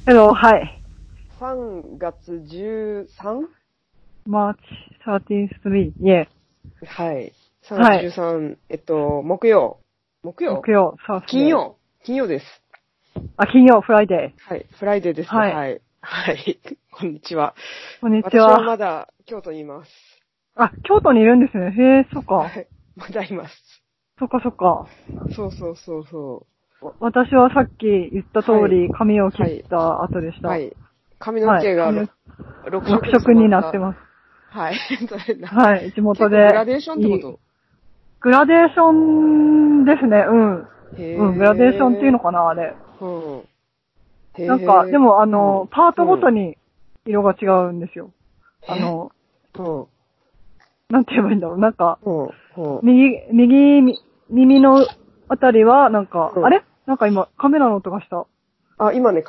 はい。 3月 13? March 13th, yeah. はい。3月はい。 13、木曜。木曜木曜、サースデー。 金曜。金曜です。 あ、金曜、フライデー。 はい。フライデーです。 はい。 はい。はい。こんにちは。 こんにち私はまは。 だ京都にいます。 あ、京都にいるんですね。へえ、そっか。 はい。まだいます。 そっかそっか。 そうそうそうそう。 私はさっき言った通はい。 り、髪を切っはい。 た後でした。 はい。髪のはい。 毛が6色に染 6色になってまった。 ます。 はい。それな。 はい。地元で、 結構グラデーションってこいい。 と？ グラデーションですね。うん。うん、グラデーションっていうへのかな、あれ。 ー。うん。 なんか、でへー。 もうん。 パートごうん。 とに色が違うんですよ。 えうん。 なんて言えばいいんだろう。なんか、 うん。うん。 耳のあたりは、なんか、あうん。 れなんか今、カメラの音がした。 あ、今ね、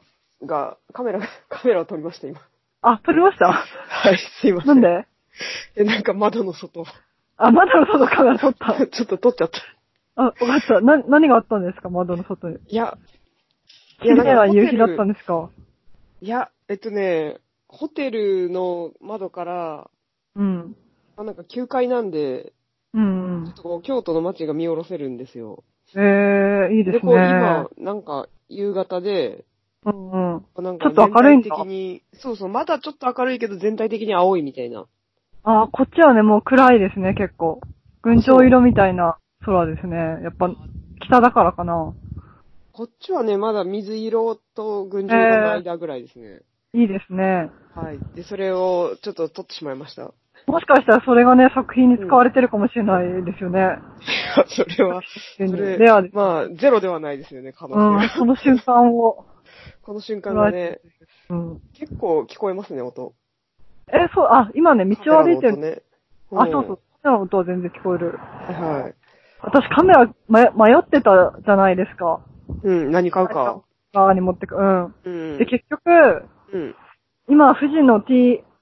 カメラを撮りました、今。 あ、撮りました？ はい、すいません。 なんで？ なんか窓の外。 あ、窓の外カメラ撮った。 ちょっと撮っちゃった。 あ、わかった。何があったんですか？窓の外に。 いや、 綺麗ななんかホ夕日だったテル、 んですか？ いや、ホテルの窓から、 うん。 なんか9階なんで、 うんうん。 ちょっとこう、京都の街が見下ろせるんですよ。 いいでで、 すね。 今、なんか、夕方で、 うんうん。 なんちょっとか全体明るいんだ。 的に、そうそう、まだちょっと明るいけど全体的に青いみたいな。 あ、こっちはね、もう暗いですね、結構。 あ、そう。 群青色みたいな空ですね。やっぱ、北だからかな。 こっちはね、まだ水色と群青色のえ間ぐらいですね。 いいですね。 はい。で、それをちょっと撮ってしまいました。 もしかしたらそれがね、作品にうん。 使われてるかもしれないですよね。 それは、 レアです。 まあ、ゼロではないですよね、可能性が。 うん、その瞬間をこの瞬間捉えてる。 がね、 うん。 結構聞こえますね、音。 そう、今ね、 カメラ道を歩いてる。 の音ね。うあ、そうん。はそう、カメラの音は全然聞こえる。 いはい。 私カメラ、迷ってたじゃないですか。 うん、何買う最初か。 側に持ってく。うん。で、 うん。 結局、 うん。 今、富士の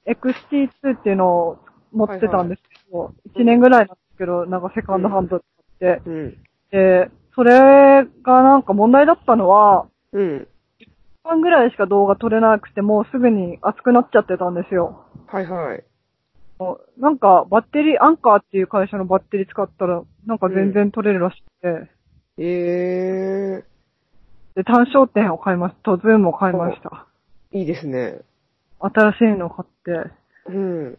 XT2 っていうのを持ってたんではいはい。 すけど、1年うん。 ぐらいなんですけど、なんかセカンドハうん。 ンドで買って。 うん。 で、それがなんか問題だったのは、 うん。 分ぐらいしか動画撮れなくて、もうすぐに熱くなっちゃってたんですよ。 はいはい。 なんか、バッテリー、アンカーっていう会社のバッテリー使ったら、なんかうん。 全然撮れるらしくて、 ええで、単焦点を買いました。と、ズームを買いー。お、 ました。 いいですね。 新しいのを買って、 うん。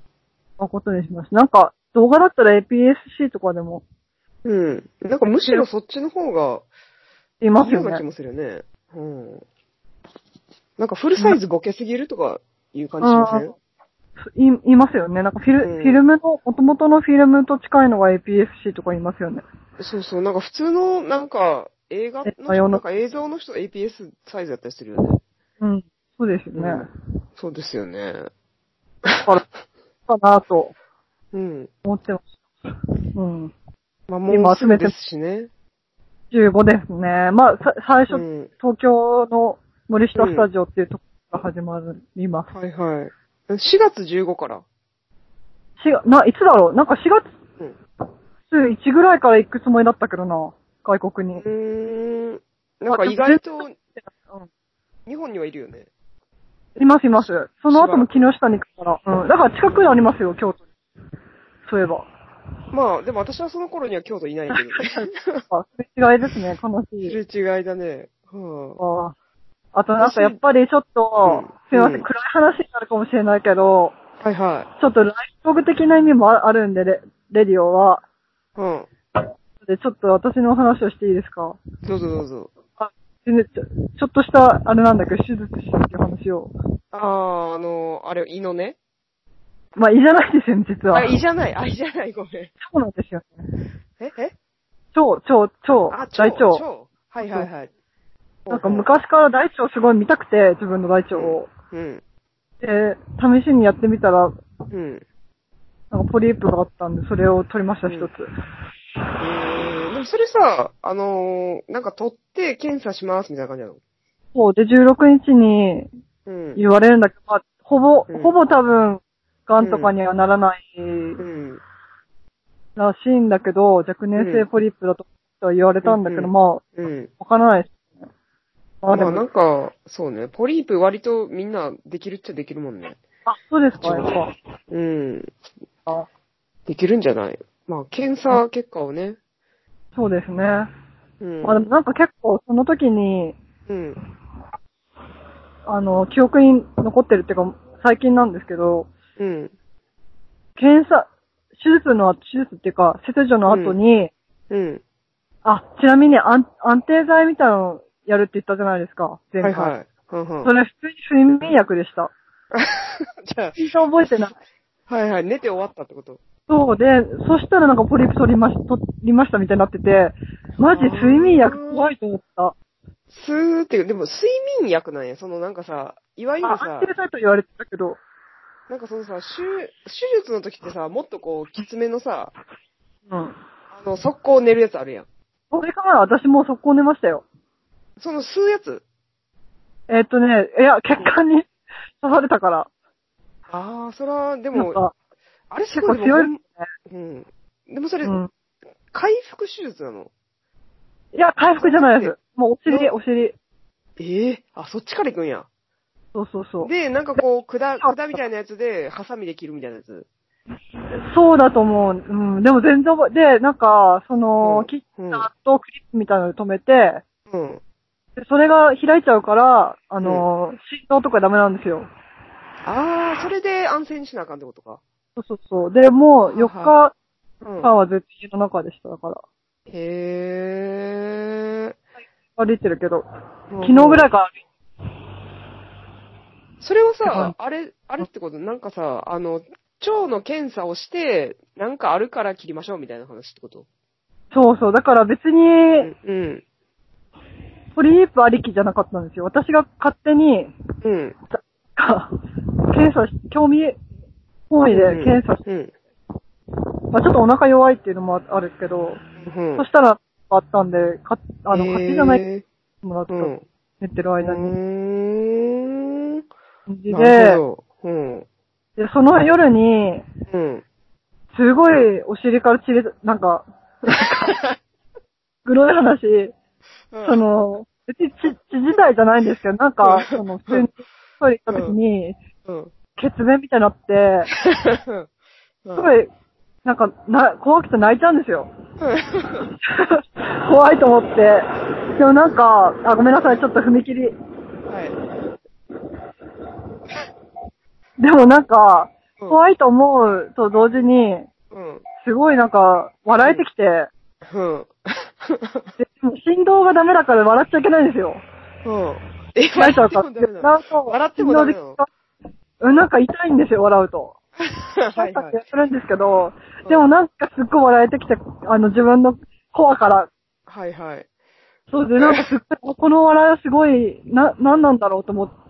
ことにしました。なんか、動画だったら APS-C とかでも、 うん。なんかむしろそっちの方がいますよね。 いいような気もするよね。うん。なんかフルサイズボケすぎるとかいう感じしませあん？ いますよね。なんかうん。 フィルムの、元々のフィルムと近いのが APS-C とか言いますよね。 そうそう。なんか普通の、なんか映画の人、 用の。 なんか映像の人 APS サイズだったりするよね。 うん。そうですよね。 うん。そうですよね。 だから、かなとうん。 思ってます。うん。 まあもう今集めてすぐですしね。 15ですね。まあ、最初、 うん。 東京の森うん。 下スタジオっていうところが始まります。 はいはい。4月15から。 いつだろうなんか4 うん。 月1ぐらいから行くつもりだったけどな。外国に。 なんかでも全然、 意外とう日本にはいるよね。 ん。いますいます。その後も木しばらく。 下に行くから。うん。だから近くにありますよ、京都に。そういえば。 まあ、でも私はその頃には京都いないけどね。 すれ違いですね、悲しすい。 れ違いだね。はあとあ、 なんかやっぱりちょっと、 うん、 すいません、 うん。 暗い話になるかもしれないけど、 はいはちょっとライフログ的な意味もあるんで、レディオは。 い。うん。 で、ちょっと私の話をしていいですか？ どうぞどうぞ。 あ、全然ちょっとした、あれなんだけど、手術したっていう話を。 あれ、胃のね。 まあ、いいじゃないですよね、実あ、 は。 胃じゃない。あ、胃じゃない。ごめん。 そうなんですよね。 え腸、大腸。 はいそう。 はいはい。ほなんかうほ昔から大腸すごい見たくて、自分の大腸う。うん。 を。 うん。 で、試しにやってみたら、 うん。 なんかポリープがあったんで、それを取りました、 うん。 一つ。 でもそれさ、なんか取って検査しますみたいな感じなの？ そう。で、16日にうん。 言われるんだけど、まあ、 うん。 ほぼ多分、癌とかうん。 にはならないうん。 らしいんだけど、若年性うん。 ポリープだとは言われうん。 たんだけど、 うん。 まあ、 うん。 わからないですね。 あ、でまあなんも、 か、そうね。ポリープ割とみんなできるっちゃできるもんね。 あ、そうですか、やっぱ。 うん。 あ、 できるんじゃない？まあ検査結果をね。 そうですね。 うあ、でもん。 なんか結構その時に、 うん。 記憶に残ってるっていうか、最近なんですけど、 うん。 検査、手術っていうか、切除のうん。 後に、 うん。 あ、ちなみに安定剤みたいなのやるって言ったじゃないですか、前回。 はいはい。はんはん。 それ普通に睡眠薬でした。 じゃあ、 全然覚えてない。 はいはい。寝て終わったってこと？ そうで、そしたらなんかポリープ取りましたみたいになってて、マジ睡眠薬怖いと思った。 スーって、でも睡眠薬なんや。そのなんかさ、いわゆるあ、安定さ、 剤と言われてたけど、 なんかそのさ、手術の時ってさ、もっとこう、きつめのさ、 うん。 速攻寝るやつあるやん。 それから私もう速攻寝ましたよ。 その吸うやつ？ いや、血管に刺されたから、 ああ、そら、でも、 なんか、 あれす結ごい、でも構強いですね。 うん。でもそれ、 うん。 回復手術なの？ いや、回復じゃないでそれって、 す。もうの、 お尻。 あ、そっちから行くんや。 そうそうそう。 で、なんかこう、管みたいなやつで、ハサミで切るみたいなやつ。 そうだと思う。うん。でも全然で、なんか、 うん。 切っうん。 た後、クリップみたいなので止めて、 うん。 でそれが開いちゃうから、 うん。 振動とかダメなんですよ。 ああ、それで安静にしなあかんってことか。 そうそうそう。で、もう4 はは。うん。 日間は絶対家の中でした、だから。 へえ。 歩いてるけど、 うん昨日ぐうん。 らいから歩いそれはて感さ、あれってこと、なんかさ、腸の検査をして、なんかあるから切りましょうみたいな話ってこと？ じ。そうそう。だから別に、 うん、うん、 ポリープありきじゃなかったんですよ。私が勝手に、 うん、 興味本位でうん、 検査しうん、 まあ、ちょっとお腹弱いっていうのもあるけど、 うん。 そしたらあったんで、 へ勝手じゃないえ、 もらった。 うん。う寝てる間に。 ーん。 感じなるほで、 ど。うん、 で、その夜に、 うん。 すごいお尻からなんか、黒い話、別に血自体じゃないんですけど、なんか、普通にトイレ行った時に、 うん。 血便みたいになって、すごい、なんか、怖くて泣いちゃうんですよ。怖いと思って。でもなんか、ごめんなさい、ちょっと踏切。 はい。 でもなんか、 うん、 怖いと思うと同時に、 うん、 すごいなんか、笑えてきて、 うん。 でも振動がダメだから笑っちゃいけないんですよ。 うん。 泣いちゃうから。 笑ってもダメなの？ 笑うと、 笑って振もダメなの？ 動でなんか痛いんですよ、笑うと。 はいはい。 痛かったりするんですけど、 うん。 でもなんかすっごい笑えてきて、自分のコアから。 はいはい。 そうで、なんかすっごい、この笑いはすごい、なんなんだろうと思って、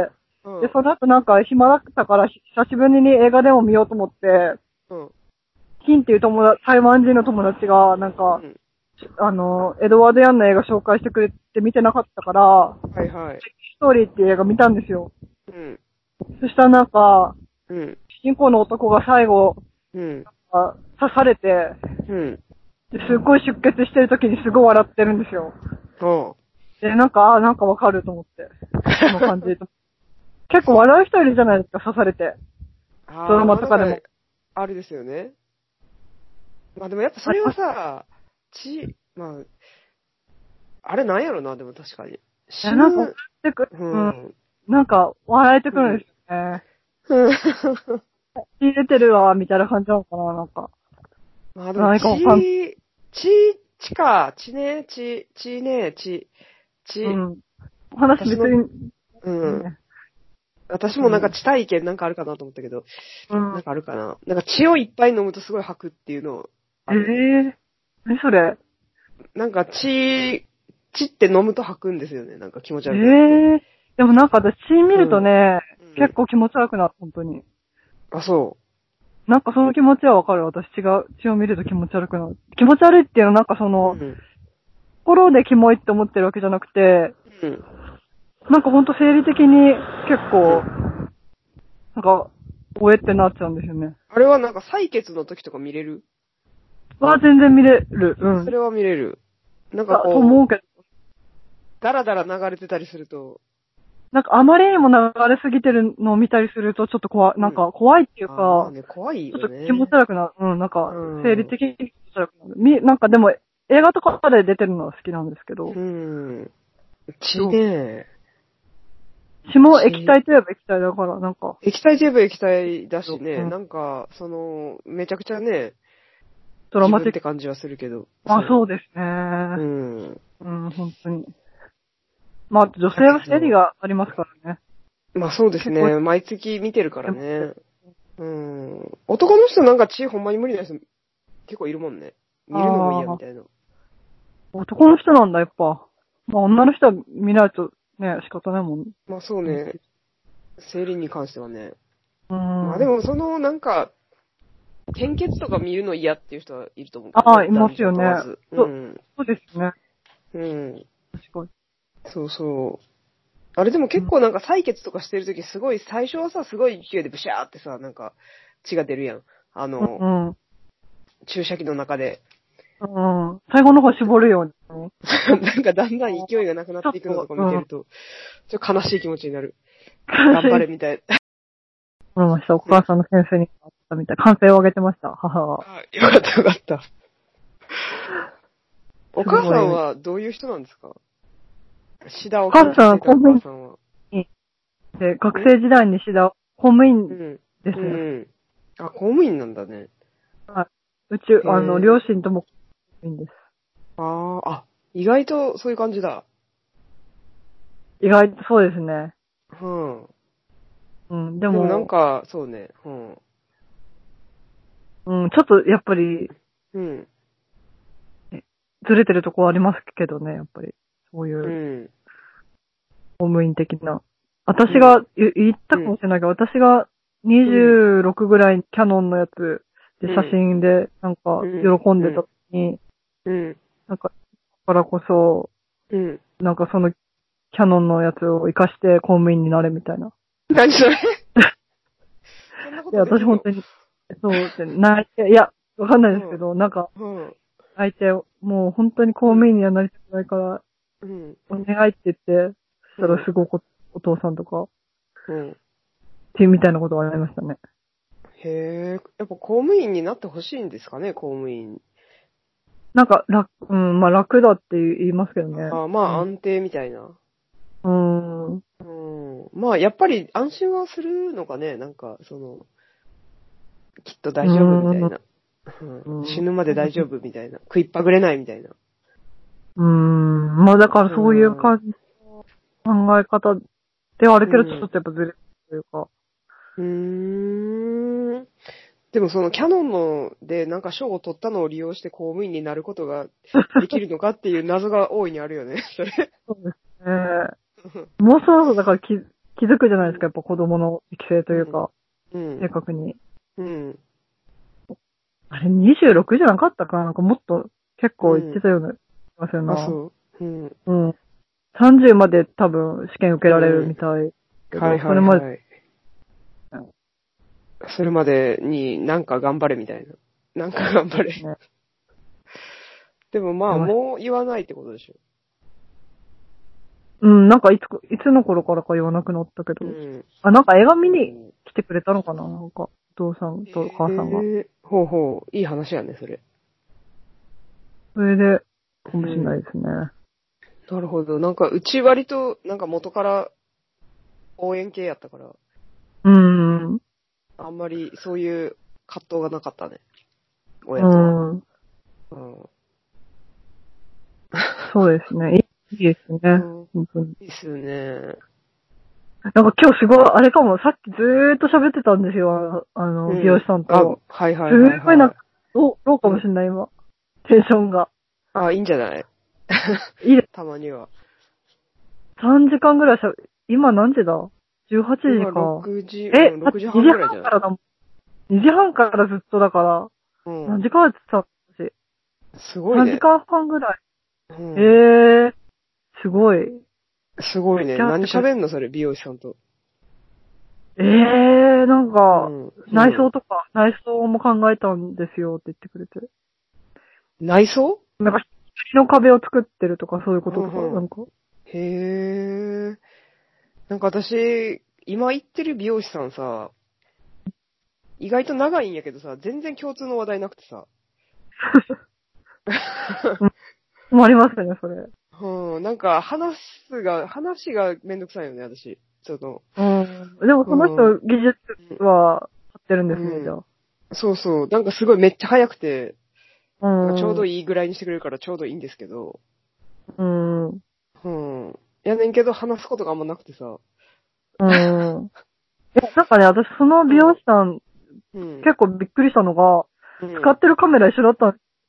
で、 うん。 その後なんか暇だったから久しぶりに映画でも見ようと思って、 うん。 キンっていう台湾人の友達が、なんか、 うん。 エドワード・ヤンの映画紹介してくれて見てなかったから、 はいはい。 ストーリーっていう映画見たんですよ。 うん。 そしたらなんか、 うん。 主人公の男が最後、 うん。 刺されて、 うん。 ですっごい出血してる時にすごい笑ってるんですよ。 うん。 で、なんか、なんかわかると思って。この感じ。結構笑う人いるじゃないですか、刺されて。ドラああ、まあなんか、 マとかでも。 あれですよね。まあでもやっぱそれはさ、まあ、あれなんやろな、でも確かに。死なんか笑ぬ。 ってく、 ううん。 ん。 なんか、笑えてくるんうん。 ですよね。 うん。 血出てるわ、みたいな感じなのかな、なんか。 まあでも何かわかんない。 血ね、血。 うん。話別私の、 に、 うん。 ね、 私もなんか血体験なんかあるかなと思ったけど、 うん。 なんかあるかな。なんか血をいっぱい飲むとすごい吐くっていうのある。 何それ？ なんか血って飲むと吐くんですよね。なんか気持ち悪くなって。 ええでもなんか私血見るとうん。 ね、 うん。 結構気持ち悪くなる、本当に。 あ、そなんかその気持ちはわかる。私血を見ると気持ち悪くなる。気持ち悪いっていうのはなんかう。うん。 心でキモいって思ってるわけじゃなくて、 うん。 なんかほんと生理的に結構、 うん。 なんか、おえってなっちゃうんですよね。 あれはなんか採血の時とか見れる？ 全然見れる。うん。 それは見れる。なんかとこ思うけど。 だらだら流れてたりすると、 なんかあまりにも流れすぎてるのを見たりするとちょっとなんか怖いっていうか、 ね、怖いよね。 ちょっと気持ち悪くなる。なんか、生理的に気持ち悪くなる。なんかでも、映画とかで出てるのは好きなんですけど。 血ね。 血も液体といえば液体だから、なんか。 液体といえば液体だしね、なんか、めちゃくちゃね、 ドラマチックって感じはするけど。 そうですね。本当に。まあ、女性は生理がありますからね。 まあそうですね。毎月見てるからね。男の人なんか血ほんまに無理な人結構いるもんね。見るのも嫌みたいな。 男の人なんだ、やっぱ。まあ女の人は見ないとね、仕方ないもん。 まあそうね。生理に関してはね。まあでもなんか、献血とか見るの嫌っていう人はいると思う。 いますよね。そうですね。確かに。 そうそう。あれでも結構なんか採血とかしてるときすごい、最初はさ、すごい勢いでブシャーってさ、なんか血が出るやん。注射器の中で。 最後の方絞るように。 なんかだんだん勢いがなくなっていくのとか見てると、ちょっと悲しい気持ちになる。頑張れみたいな。 思いました。お母さんの先生に会ったみたい。歓声を上げてました、母は。 よかったよかった。お母さんはどういう人なんですか？シダを聞いてたお母さんは。 で、学生時代にシダ、公務員ですね。 あ、公務員なんだね。 はい。両親とも公務員です。 意外とそういう感じだ。 意外とそうですね。でもなんか、そうね。 ちょっとやっぱり、ずれてるとこありますけどね、やっぱり。そういう、公務員的な。私が、言ったかもしれないけど、私が26ぐらいキャノンのやつで写真で、なんか、喜んでた時に、なんか、だからこそ、なんかその、キャノンのやつを活かして公務員になれみたいな。 何それいや、私本当に、そうって、泣いて、いや、わかんないですけど、なんか、泣いて、もう本当に公務員にはなりたくないから、お願いって言って、そしたらすごくお父さんとか、っていうみたいなことがありましたね。 へえ、やっぱ公務員になってほしいんですかね、公務員。 なんか、まあ楽だって言いますけどね。 まあ安定みたいな。 まあやっぱり安心はするのかね、なんか、きっと大丈夫みたいな。死ぬまで大丈夫みたいな。食いっぱぐれないみたいな。 まあだからそういう感じの考え方ではあるけど、ちょっとやっぱずれるというか。 でもキャノンでなんか賞を取ったのを利用して公務員になることができるのかっていう謎が大いにあるよね、それ。 そうですね。もうそろそろだから気づくじゃないですか、やっぱ子供の育成というか、正確に。あれ26じゃなかったかな、なんかもっと結構言ってたような気がするな。 そう。 30まで多分試験受けられるみたい。 それまで。それまでになんか頑張れみたいな。なんか頑張れ。でもまあもう言わないってことでしょ。 なんかいつの頃からか言わなくなったけど。なんか映画見に来てくれたのかな、なんか、お父さんとお母さんが。 ほうほう。いい話やね、それ。 それで、かもしれないですね。 なるほど。なんか、うち割と、なんか元から応援系やったから。あんまりそういう葛藤がなかったね。親とは。 そうですね。いいですね。本当に。 いいっすね。 なんか今日すごい、あれかも、さっきずーっと喋ってたんですよ、美容師さんと。 はい。すごいなんか、どうかもしれない、今。テンションが。 いいんじゃないいいです。 たまには。 3時間ぐらい今何時だ ?18 時か。 6時半ぐらいじゃない 2時半からずっとだから、何時間やってた私。 すごいね。 3時間半ぐらい。すごい。 すごいね。何喋んのそれ、美容師さんと。 なんか、内装も考えたんですよって言ってくれて。 内装？ なんか、光の壁を作ってるとかそういうこととか、なんか。 へー。なんか私、今行ってる美容師さんさ、意外と長いんやけどさ、全然共通の話題なくてさ。 困りますよね、それ。 うん、なんか話がめんどくさいよね、私。 うん。でもその人、技術は買ってるんですね、じゃあ。 そうそう。なんかすごいめっちゃ早くて、 うなんかちょうどん。 いいぐらいにしてくれるからちょうどいいんですけど、 うん。 うん。やねんけど話すことがあんまなくてさ。 うん。いや、なんかね、私その美容師さん、 うん。 結構びっくりしたのが、 うん、 使ってるカメラ一緒だったんです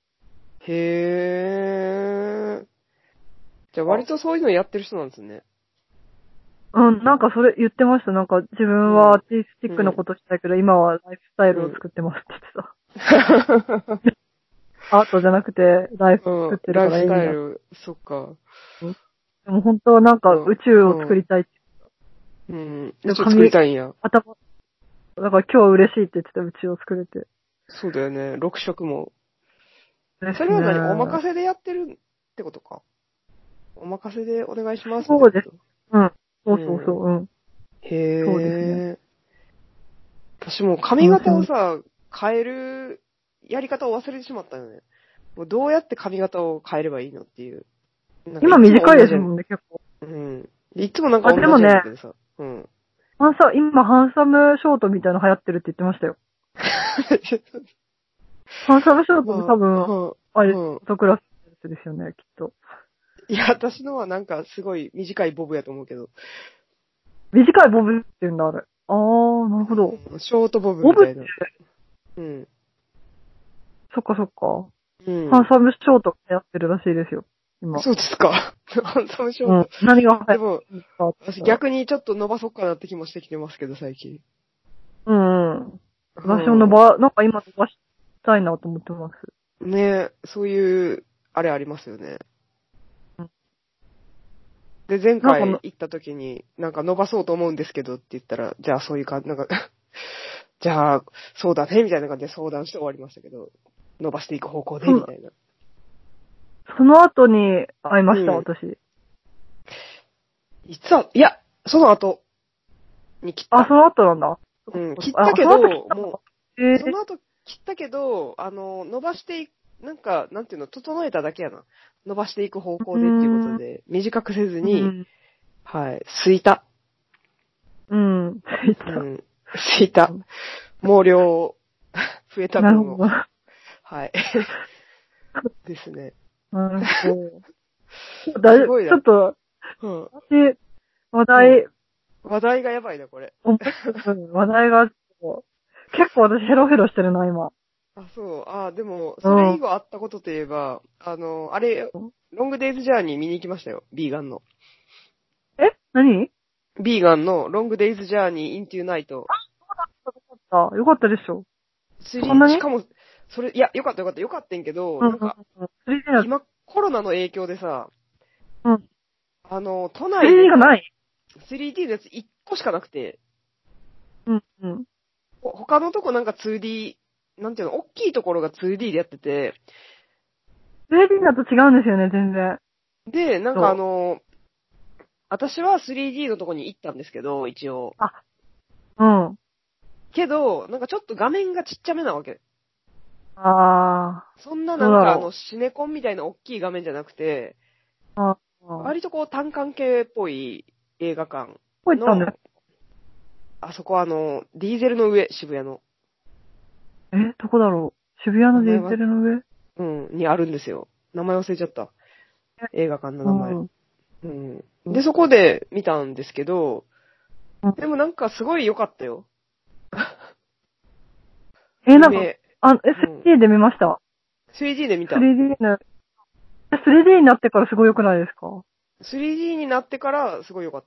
へー。じゃあ割とそういうのやってる人なんですね。 うん、なんかそれ言ってました。なんか自分はアーティスティックなことしたいけど、今はライフスタイルを作ってますって言ってた。アートじゃなくて、ライフ作ってるライフスからいいんだ。 タイル、そっか。 でも本当はなんか宇宙を作りたいって。 うん。宇宙作りたいんや。 頭、だから今日は嬉しいって言ってた宇宙を作れて。 そうだよね。6色も。 ですそれは何おね。 任せでやってるってことか。お任せでお願いしますみたいなこと。 そうです。うん。そうそうそう、うん。 へそうですね。 ー。私もう髪型をさ、変えるやり方を忘れてしまったよね。もうどうやって髪型を変えればいいのっていう。 今短いですもんね、結構。 うん。いつもなんか同じやんだけどさ。うん。 今ハンサムショートみたいなの流行ってるって言ってましたよ。ハンサムショートって多分、あれ、フォトクラスですよね、きっと。 いや、私のはなんかすごい短いボブやと思うけど。 短いボブって言うんだ、あれ。あー、なるほど。 ショートボブみたいな。 ボブって、 うん。 そっかそっか。 うん。 ハンサムショートが流行ってるらしいですよ、今。 そうですか。ハンサムショート。 何が流でも、 行った私逆にちょっと伸ばそうかなって気もしてきてますけど、最近。 私もなんか今伸ばしたいなと思ってます。 ねそういう、あれありますよね。で、前回行った時に、なんか伸ばそうと思うんですけどって言ったら、じゃあそういう感じ、なんかじゃあ、そうだね、みたいな感じで相談して終わりましたけど、伸ばしていく方向で、みたいな。 その後に会いました、私。 いや、その後に切った。 その後なんだ。 切ったけど、もう、その後切ったけど、伸ばしていく、なんていうの、整えただけやな。伸ばしていく方向でっていうことで、短くせずに、はい、すいた。すいた。毛量、増えた分を。はい。ですね。 なるほど。ちょっと、 話題がやばいな、これ。 話題が、結構私ヘロヘロしてるな、今。 そう。でも、それ以後あったことといえば、あれ、ロングデイズジャーニー見に行きましたよ、ビーガンの。 何ビーガンのロングデイズジャーニーイントゥーナイト。 よかったでしょ。 しかも、いや、よかったんけど、なんか、今、コロナの影響でさ、都内で。 3D がない 3D のやつ1個しかなくて。 うん。 他のとこなんか 2D、なんていうの、大きいところが 2D でやってて。 3D だと違うんですよね、全然。 で、なんか私は 3D のとこに行ったんですけど、一応。けど、なんかちょっと画面がちっちゃめなわけ。そんななんかシネコンみたいな大きい画面じゃなくて、割とこう単館系っぽい映画館の、あそこディーゼルの上、渋谷の。 どこだろう渋谷のディーゼルの上にあるんですよ。名前忘れちゃった。映画館の名前。で、そこで見たんですけど、でもなんかすごい良かったよ。 なんか、3D で見ました。 3D で見た。 3D になってからすごい良くないですか ?3D になってからすごい良かった。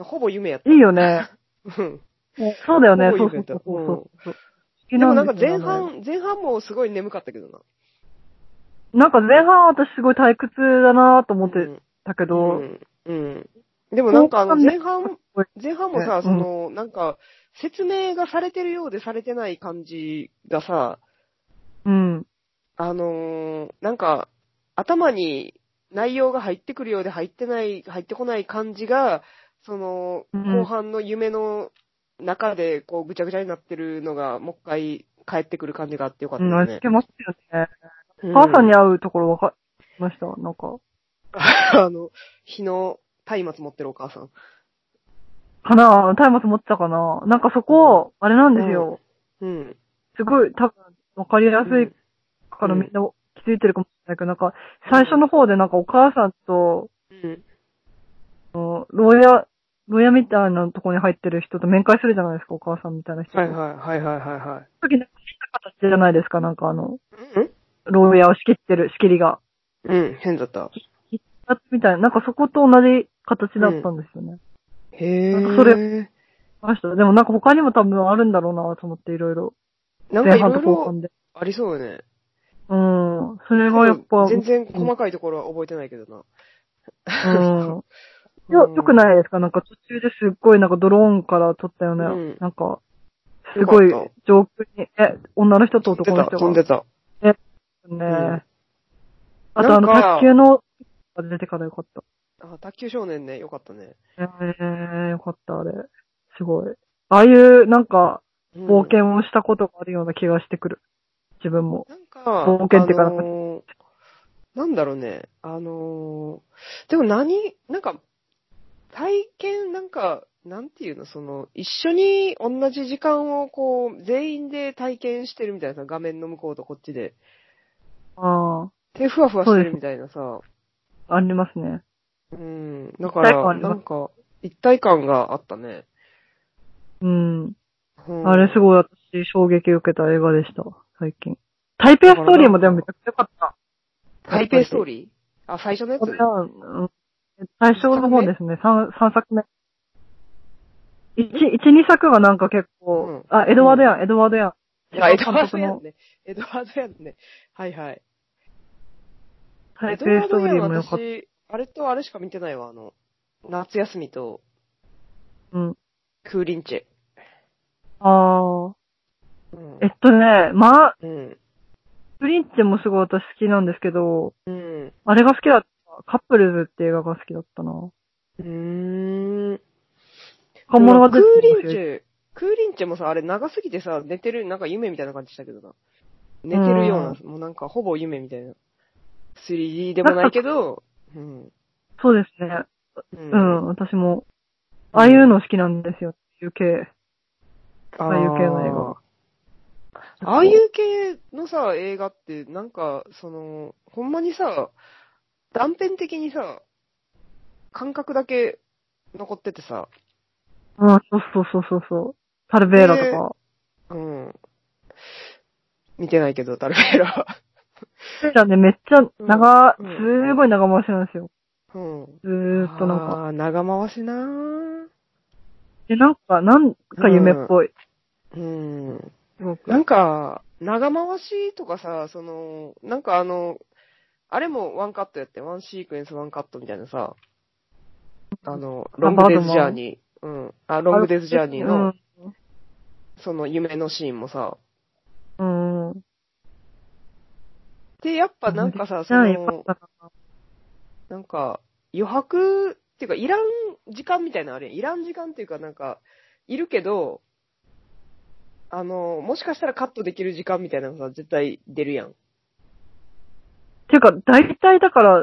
ほぼ夢やった。 いいよね。そうだよね、そうそう。 でもなんか前半もすごい眠かったけどな。 なんか前半私すごい退屈だなと思ってたけど。 でもなんか前半もさ、なんか説明がされてるようでされてない感じがさ、なんか頭に内容が入ってくるようで入ってこない感じが、その、後半の夢の中で、こう、ぐちゃぐちゃになってるのが、もう一回帰ってくる感じがあってよかったですね。 つけますよね。お母さんに会うところわかりました、なんか。 日の松明持ってるお母さん。 かな松明持ってたかななんかそこ、あれなんですよ。すごい、多分、わかりやすいからみんな気づいてるかもしれないけど、なんか、最初の方でなんかお母さんと、牢屋みたいなとこに入ってる人と面会するじゃないですか、お母さんみたいな人と。 はい。 時なんか変形じゃないですか、なんか牢屋を仕切りが。 変だった。 みたいな、なんかそこと同じ形だったんですよね。 へなんかそれ、ました。でもなんか他にも多分あるんだろうなと思っていろいろ。 なんかいろいろありそうよね。 それがやっぱ。 全然細かいところは覚えてないけどな。 よくないですかなんか途中ですっごいなんかドローンから撮ったような、なんか、すごい上空に、女の人と男の人が。 飛んでた。 ねあと卓球の、出てからよかった。 卓球少年ね、よかったね。 よかった、あれ。すごい。ああいう、なんか、冒険をしたことがあるような気がしてくる。自分も。 なんか、 冒険っていうかなんだろうね。でもなんか、体験、なんか、なんていうの、一緒に同じ時間をこう、全員で体験してるみたいなさ、画面の向こうとこっちで。手ふわふわしてるみたいなさ。 ありますね。 だから、なんか、一体感があったね。 あれすごい私、衝撃を受けた映画でした、最近。タイペイストーリーもでもめちゃくちゃ良かった。 タイペイストーリー最初のやつ最初の方ですね、3作目。1、2作はなんか結構、エドワードやん。 エドワードやんね。はい。 タイペイストーリーも良かった。 あれとあれしか見てないわ、夏休みと、クーリンチェ。 クーリンチェもすごい私好きなんですけど、あれが好きだった。カップルズって映画が好きだったな。 クーリンチェもさ、あれ長すぎてさ、寝てる、なんか夢みたいな感じしたけどな。寝てるような、もうなんかほぼ夢みたいな。3D でもないけど、 そうですね。私も、ああいうの好きなんですよ。ああいう系の映画。 ああいう系のさ、映画って、なんか、ほんまにさ、断片的にさ、感覚だけ残っててさ。 そう。タルベーラとか。 見てないけど、タルベーラ。 じゃあね、めっちゃすごい長回しなんですよ。ずーっとなんか。 長回しなぁ。 で、なんか夢っぽい。 なんか、長回しとかさ、なんかあれもワンカットやって、ワンシークエンスワンカットみたいなさ、ロングデイズジャーニー。ロングデイズジャーニーの、その夢のシーンもさ、で、やっぱなんかさ、なんか、余白っていうか、いらん時間みたいなのあれ、いらん時間っていうかなんか、いるけど、もしかしたらカットできる時間みたいなのさ、絶対出るやん。 ていうか、大体だから、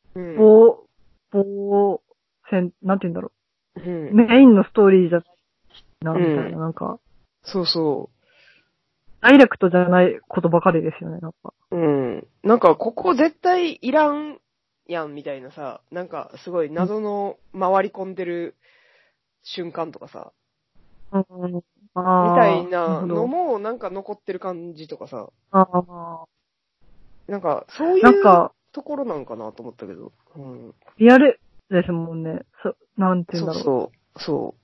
なんて言うんだろう。メインのストーリーじゃないな、みたいな、なんか。 そうそう。 ダイレクトじゃないことばかりですよね、なんか。 なんか、ここ絶対いらんやん、みたいなさ、なんか、すごい謎の回り込んでる瞬間とかさ。みたいなのも、なんか残ってる感じとかさ。なんか、そういうところなんかなと思ったけど。 リアルですもんね。なんて言うんだろう。そう。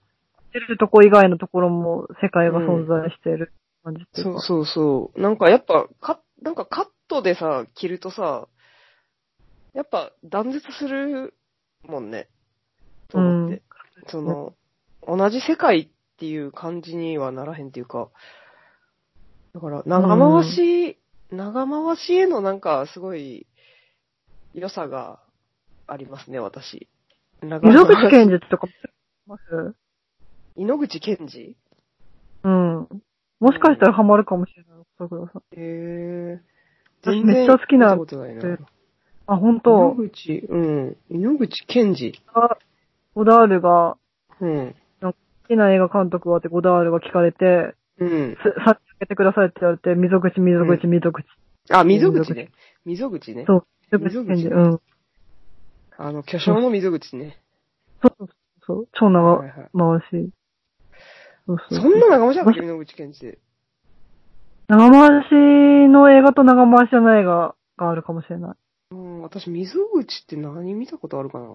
出るとこ以外のところも世界が存在している感じっていうか。 そう。なんかやっぱ、なんかカットでさ、切るとさ、やっぱ断絶するもんね。と思って。同じ世界っていう感じにはならへんっていうか、だから長回しへのなんかすごい良さがありますね、私。 溝口健二とかます？ 井ノ口健二？ うん。もしかしたらハマるかもしれない、桜さん。 私めっちゃ好きな。 見たことないな。 あ、本当？ 井ノ口健二。 ゴダールが、 うん。 好きな映画監督はってゴダールが聞かれて、 うん。 さっきけてくださいって言われて、溝口。 あ、溝口ね。溝口ね。 そう、溝口健二、うん。 巨匠の溝口ね。 そう、超長回し。 そんな長回しだったっけ、溝口健二で。 長回しの映画と長回しじゃない映画があるかもしれない。 私、溝口って何見たことあるかな？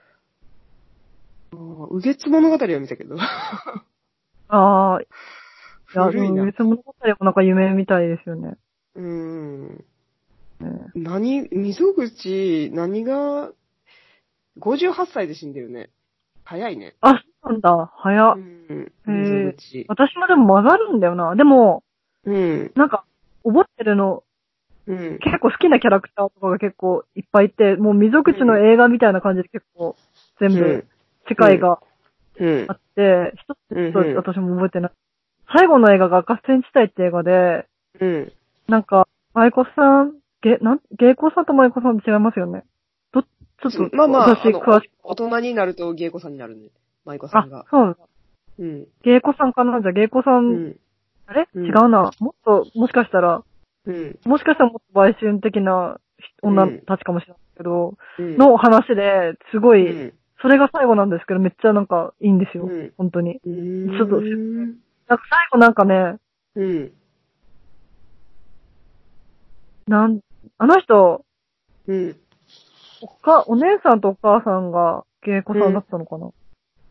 右月物語は見たけど。 ああ、いや、 古いな。 右月物語もなんか夢みたいですよね。 溝口、何が、58歳で死んでるね。早いね。 あ、そうなんだ。早っ。 溝口。 私もでも混ざるんだよな。でも、なんか、覚えてるの、結構好きなキャラクターとかが結構いっぱいいて、もう溝口の映画みたいな感じで結構全部世界があって、一つ私も覚えてない。最後の映画が赤線地帯って映画で、なんか、舞妓さん、芸妓さんと舞妓さんって違いますよね。ちょっと、私詳しく。 大人になると芸妓さんになるね。舞妓さんが。 あ、そうなんだ。芸妓さんかな？じゃあ芸妓さん、あれ違うな。もしかしたらもっと売春的な女たちかもしれないけど、の話で、すごい、それが最後なんですけど、めっちゃなんかいいんですよ。本当に。ちょっと、なんか最後なんかね、あの人、お姉さんとお母さんが芸妓さんだったのかな？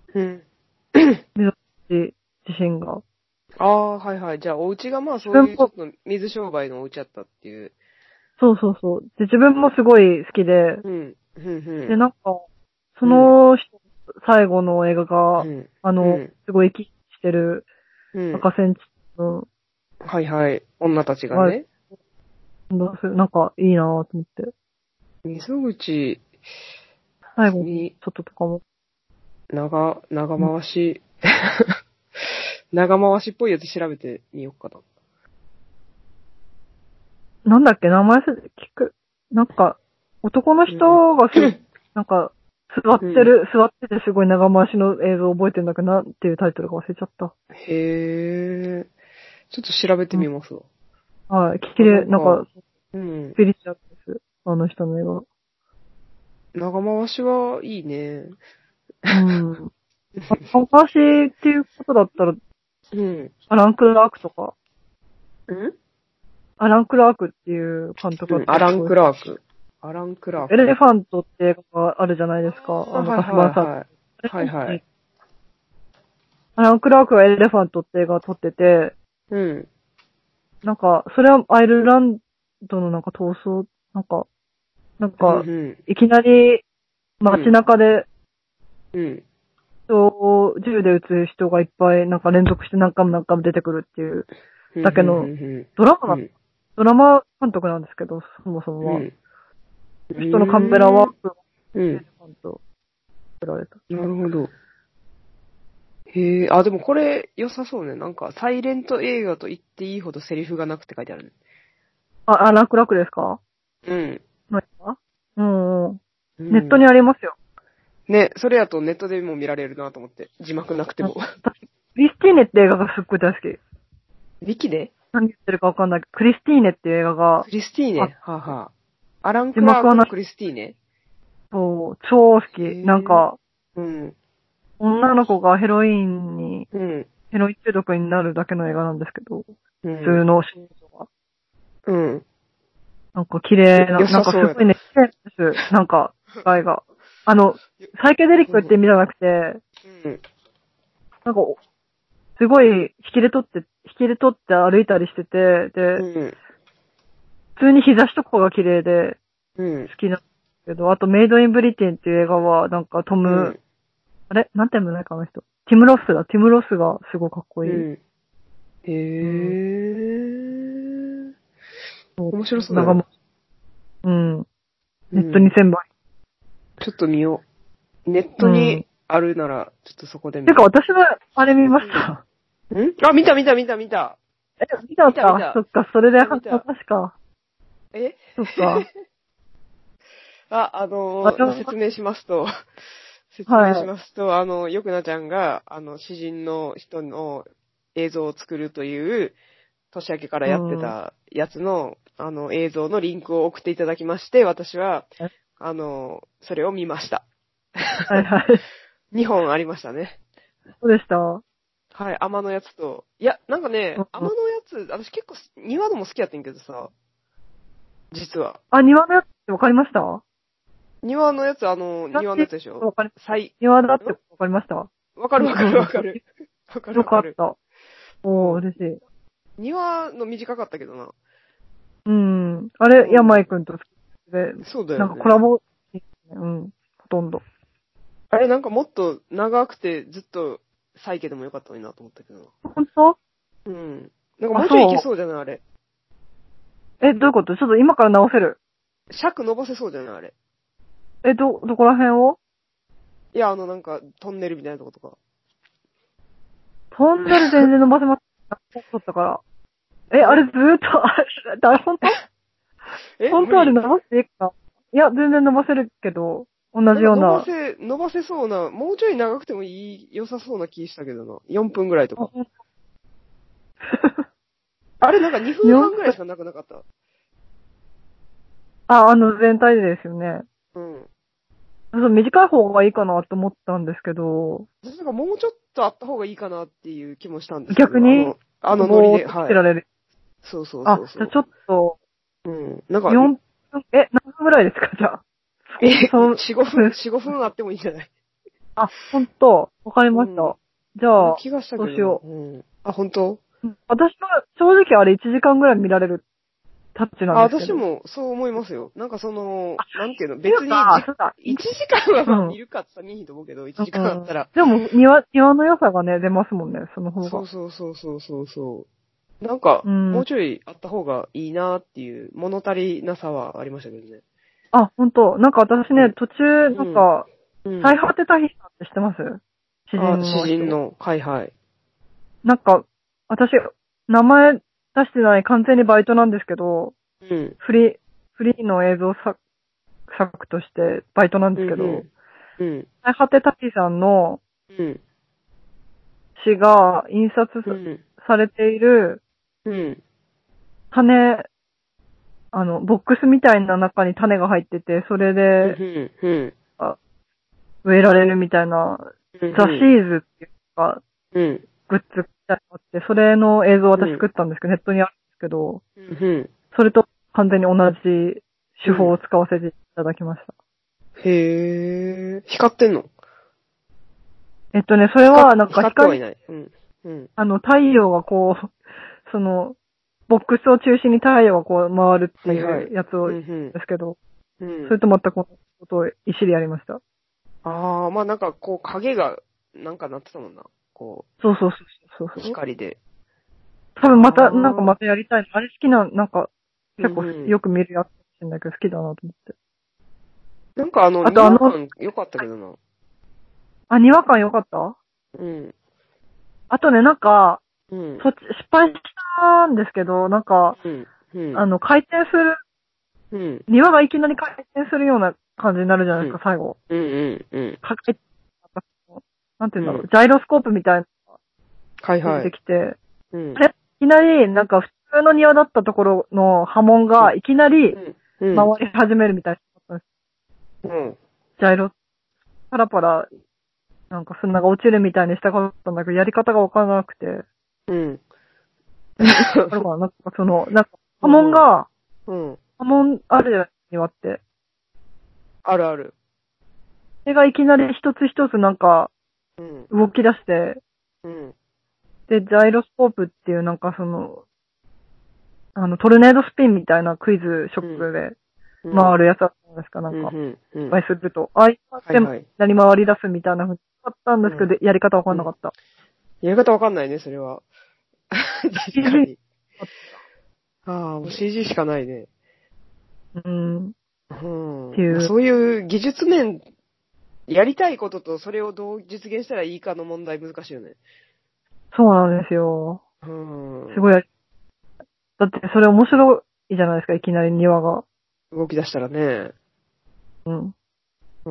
自身が。 ああ、はいはい。じゃあ、お家がまあそういうちょっと水商売のお家やったっていう。 そう。で、自分もすごい好きで、で、なんか、その人、最後の映画が、すごい生きしてる赤線地の、 はいはい。女たちがね。 なんかいいなぁと思って。 溝口、 最後に、ちょっととかも。 長回し、長回しっぽいやつ調べてみようかな。 なんだっけ、名前聞く。なんか、男の人がなんか、座っててすごい長回しの映像覚えてるんだけど、なんていうタイトルか忘れちゃった。 へー。ちょっと調べてみますわ。 はい、綺麗、なんか、スピリチュアルです。あの人の映画。 長回しはいいね。 長回しっていうことだったら、アラン・クラークとか。アラン・クラークっていう監督アラン・クラーク。 エレファントって映画があるじゃないですか。 はいはい。 アラン・クラークがエレファントって映画を撮ってて、なんか、それはアイルランドのなんか闘争、なんか、いきなり街中で、人を銃で撃つ人がいっぱい、なんか連続して何回も出てくるっていうだけの、ドラマ監督なんですけど、そもそもは。人のカメラワークが、作られた。 なるほど。へえ、あ、でもこれ良さそうね。なんか、サイレント映画と言っていいほどセリフがなくって書いてあるね。 あ、ラクですか？何か？ネットにありますよ。 ね、それやとネットでも見られるなと思って。字幕なくても。 クリスティーネって映画がすっごい大好き。 ウィキで？ 何言ってるかわかんないけど、クリスティーネっていう映画が。 クリスティーネ？はあはあ。アラン・クラークのクリスティーネ？ そう、超好き。なんか、女の子がヘロイン中毒になるだけの映画なんですけど、普通の少女が。なんか綺麗な、なんかすごいね、綺麗です。なんか、世界が。サイケデリックって意味じゃなくて、なんか、すごい引きで取って歩いたりしてて、で、普通に日差しとかが綺麗で、好きなんですけど、あとメイドインブリテンっていう映画は、なんかあれなんて読むないかあの人。ティム・ロスがすごいかっこいい。へー。面白そうだね。ネット2000倍。 ちょちょっと見よう。ネットにあるなら、ちょっとそこで見よてか私は、あれ見ました。 あ、見た。 見たそっか、それで話か。そっか。 説明しますと、よくなちゃんが、詩人の人の映像を作るという、年明けからやってたやつの、映像のリンクを送っていただきまして、私は、それを見ました。 はいはい。 2本ありましたね。 そうでした。 はい、天のやつと。いや、なんかね、天のやつ、私結構、庭のも好きやってんけどさ、実は。 あ、庭のやつってわかりました？ 庭のやつ、庭のやつでしょ？ 庭だってわかりました？ わかる。よかった。嬉しい。 庭の短かったけどな。 あれ、山井くんと好きで。 そうだよね。 なんかコラボ、ほとんど。 あれ、なんかもっと長くてずっとサイケでもよかったのになと思ったけどな。 ほんと？ なんかもうちょいいけそうじゃないあれ。 どういうこと？ちょっと今から直せる。 尺伸ばせそうじゃないあれ。 どこら辺を？ いや、なんか、トンネルみたいなとことか。 トンネル全然伸ばせます。撮ったから。あれずーっと、本当？本当あれ伸ばしていいか？いや、全然伸ばせるけど、同じような。 伸ばせそうな、もうちょい長くても良さそうな気したけどな。4分ぐらいとか。あれなんか2分半ぐらいしかなくなかった。 全体でですよね。短い方がいいかなと思ったんですけど。 なんかもうちょっとあった方がいいかなっていう気もしたんですけど。 逆にノリで、 はい。られる。 そう。 じゃあちょっと。 なんか。 4分、何分ぐらいですかじゃあ。 4、5分あってもいいんじゃない？ ほんと。わかりました。じゃあ、 気がしたけど。 どうしよう。ほんと？ 私は正直あれ1時間ぐらい見られるタッチなんですけど。 私もそう思いますよ。なんかなんていうの、別に 1 時間は見るかって言ったら見いいと思うけど、1時間あったら。 でも庭の良さがね、出ますもんね、その方が。 そう。なんか、もうちょいあった方がいいなっていう物足りなさはありましたけどね。 ほんと。なんか私ね、途中、なんか、最果てた日さんって知ってます？ 詩人の。はい。 なんか、私、名前出してない完全にバイトなんですけど、フリーの映像作としてバイトなんですけど、最果てた日さんの詩が印刷されている種、ボックスみたいな中に種が入ってて、それで、植えられるみたいな、ザ・シーズっていうか、グッズみたいなのがあって、それの映像を私作ったんですけど、ネットにあるんですけど、それと完全に同じ手法を使わせていただきました。 へー。光ってんの？ それはなんか光ってはいない。 太陽がこう、ボックスを中心に太陽がこう回るっていうやつをですけど、それと全く同じことを一緒にやりました。 まあなんかこう影がなんかなってたもんな。こう。 そう。 光で。 多分またやりたい。あれ好きな、なんか、結構よく見るやつなんだけど好きだなと思って。 なんか違和感良かったけどな。 違和感良かった？あとね、なんか、失敗したんですけど、なんか、回転する、庭がいきなり回転するような感じになるじゃないですか、最後。なんていうんだろう、ジャイロスコープみたいなのが出てきて、いきなり、なんか普通の庭だったところの波紋がいきなり回り始めるみたいな。ジャイロ、パラパラ、なんか砂が落ちるみたいにしたかったんだけど、やり方がわからなくて。なんか波紋が、波紋あるじゃない、庭って。 ある。 それがいきなり一つ一つなんか、動き出して、で、ジャイロスコープっていうなんかトルネードスピンみたいなクイズショップで回るやつだったんですか、なんか、失敗すると。ああいう感じで何回り出すみたいなふうにあったんですけど、やり方わかんなかった。 やり方わかんないね、それは。確かに。もう CG しかないね。そういう技術面やりたいこととそれをどう実現したらいいかの問題難しいよね。 そうなんですよ。 うん。 すごいだってそれ面白いじゃないですか、いきなり庭が。 動き出したらね。 うん。 うん。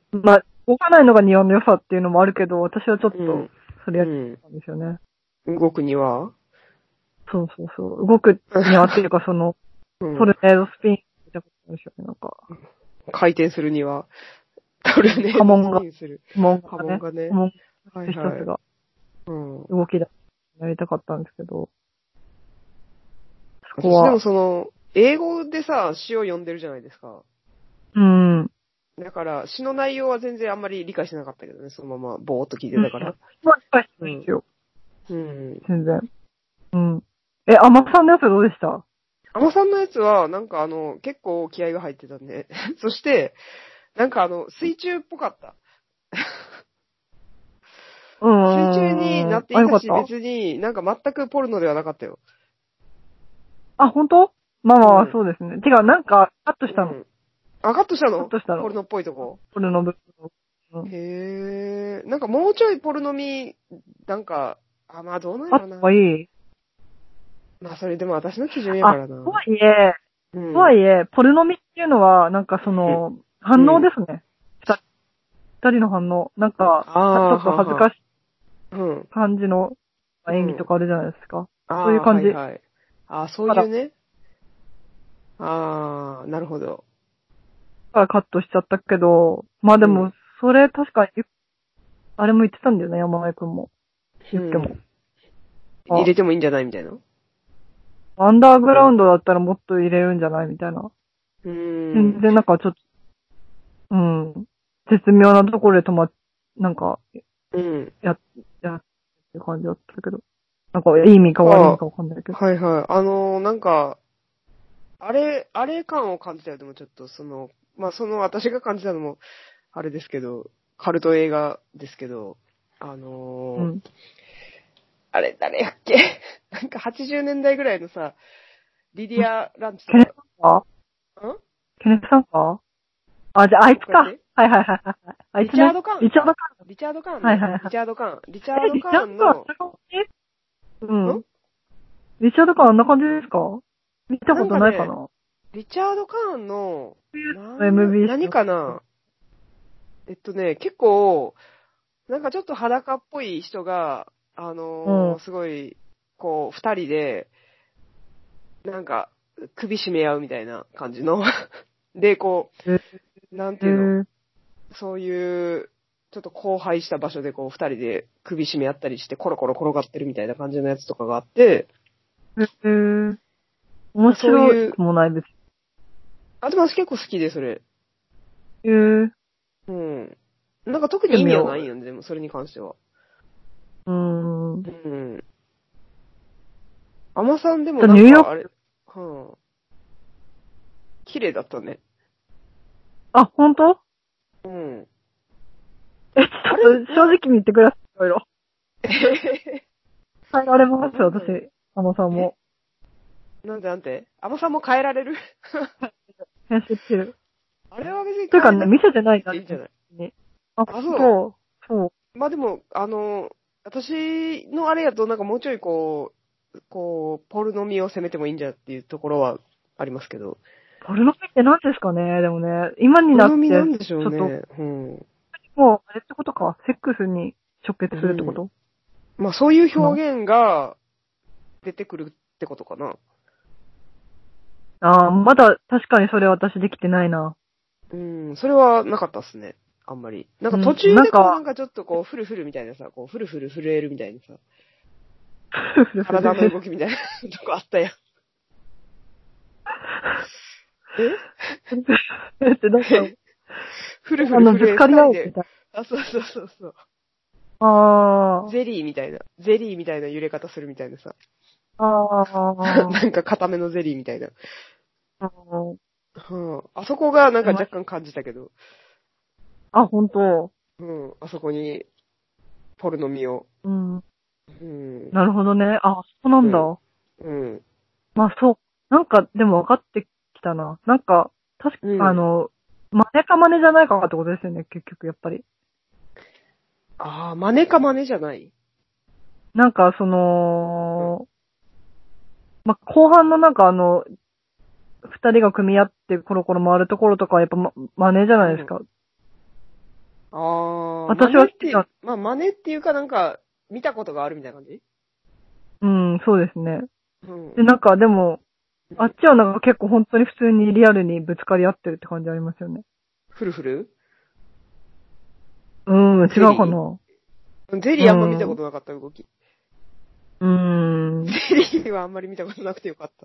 まあ、動かないのが庭の良さっていうのもあるけど、私はちょっと、それやったんですよね。 動くにはそうそうそう。動く庭っていうか、その、トルネードスピン見たことあるんですよね、なんか。 回転するには、トルネードスピンする。 波紋がね。 波紋はい一つが動きだ、やりたかったんですけど。 そこは。でもその、英語でさ、詩を読んでるじゃないですか。 うん。 だから、詩の内容は全然あんまり理解してなかったけどね、そのままぼーっと聞いてたから。 まあ、理解してないですよ。 うん。 全然。うん。アマさんのやつどうでした？ アマさんのやつは、なんか結構気合が入ってたんで。そして、なんか水中っぽかった。水中になっていたし、別になんか全くポルノではなかったよ。 あ、本当？まあまあ、そうですね。違う、なんか、カットしたの。 あ、カットしたの？ カットしたの。 ポルノっぽいとこ。 ポルノ部分。 へなんかもうちょいポルノ味、なんか、まあどうなんやろな。 いい。 まあそれでも私の基準やからな。 とはいえ、ポルノ味っていうのは、なんかその、反応ですね。二人の反応。なんか、ちょっと恥ずかしい感じの演技とかあるじゃないですか。そういう感じ。 はいはい。そういうね。なるほど。 カットしちゃったけど、まあでも、それ確かに、あれも言ってたんだよね、山前くんも。言っても。 入れてもいいんじゃないみたいな。 アンダーグラウンドだったらもっと入れるんじゃないみたいな。全然なんかちょっと、絶妙なところでなんか、やって感じだったけど。なんか、いい意味か悪い意味かわかんないけど。 はいはい。なんか、あれ感を感じたよ。でもちょっと、まあ、私が感じたのも、あれですけど、カルト映画ですけど、あれ、誰やっけなんか80年代ぐらいのさ、リディア・ランチとか。 ケネさんかじゃあ、あいつか。はいはいはいはい。あいつね。 リチャード・カーン。 リチャード・カーン。 リチャード・カーン。 はいはいはい。 リチャード・カーン。リチャード・カーンの。 うん。リチャード・カーンあんな感じですか？見たことないかな？ リチャード・カーンの、 MB 何かな？結構、なんかちょっと裸っぽい人が、すごい、こう、二人で、なんか、首絞め合うみたいな感じの。で、こう、なんていうの、そういう、ちょっと荒廃した場所でこう、二人で首絞め合ったりして、コロコロ転がってるみたいな感じのやつとかがあって、 面白いもないです。 でも私結構好きで、それ。なんか特に意味はないよね、でも、それに関しては。アマさんでもなんか、あれ、綺麗だったね。 あ、本当？ちょっと正直に言ってください、いろいろ。変えられます、私。アマさんも。 なんてアマさんも変えられる編集してる。 あれは別にというかね、見せてないからいいんじゃない？ そう。 まあでも、私のあれやとなんかもうちょいこう、ポルノミを攻めてもいいんじゃっていうところはありますけど。 ポルノミって何ですかね？でもね、今になって。 ポルノミなんでしょうね。 もう、あれってことか。セックスに直結するってこと？ まあそういう表現が出てくるってことかな。 まだ確かにそれ私できてないな。 それはなかったっすね。あんまり。なんか途中でこうなんかちょっとこう、フルフルみたいなさ、こう、フルフル震えるみたいなさ。体の動きみたいなとこあったやん。 ってなんか、 フルフル震えぶつかり合うみたいな。そう。ゼリーみたいな揺れ方するみたいなさ。なんか固めのゼリーみたいな。あそこがなんか若干感じたけど。 本当？ あそこに、ポルノミを。 なるほどね。そうなんだ。まあそう。なんか、でも分かってきたな。なんか、確か、 真似か真似じゃないかってことですよね、結局、やっぱり。 ああ、真似か真似じゃない。 なんか、後半の二人が組み合ってコロコロ回るところとかはやっぱ、真似じゃないですか。 ああ、 私は好きだ。 まあ、真似っていうかなんか、見たことがあるみたいな感じ。 うん、そうですね。 うん。 で、でも、あっちは結構本当に普通にリアルにぶつかり合ってるって感じありますよね。 フルフルうん、違うかな。 ゼリーあんま見たことなかった、動き。ゼリーはあんまり見たことなくてよかった。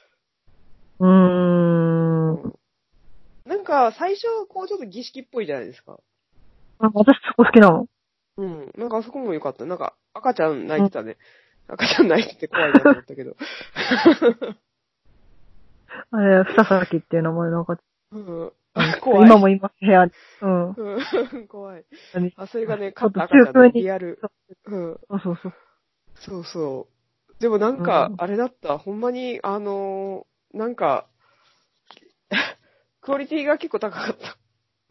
なんか、最初、こうちょっと儀式っぽいじゃないですか。 私そこ好きなの。 うん。なんかあそこもよかった。なんか、赤ちゃん泣いてたね。赤ちゃん泣いてて怖いなと思ったけど。 あれ、ふささきっていう名前うん。怖い。 今もいます、部屋に。うん。 怖い。あ、それがね、 ちょっと赤ちゃんのにリアル。うん。 そう。 そうそう。でもなんか、あれだった。ほんまに、なんか、クオリティが結構高かった。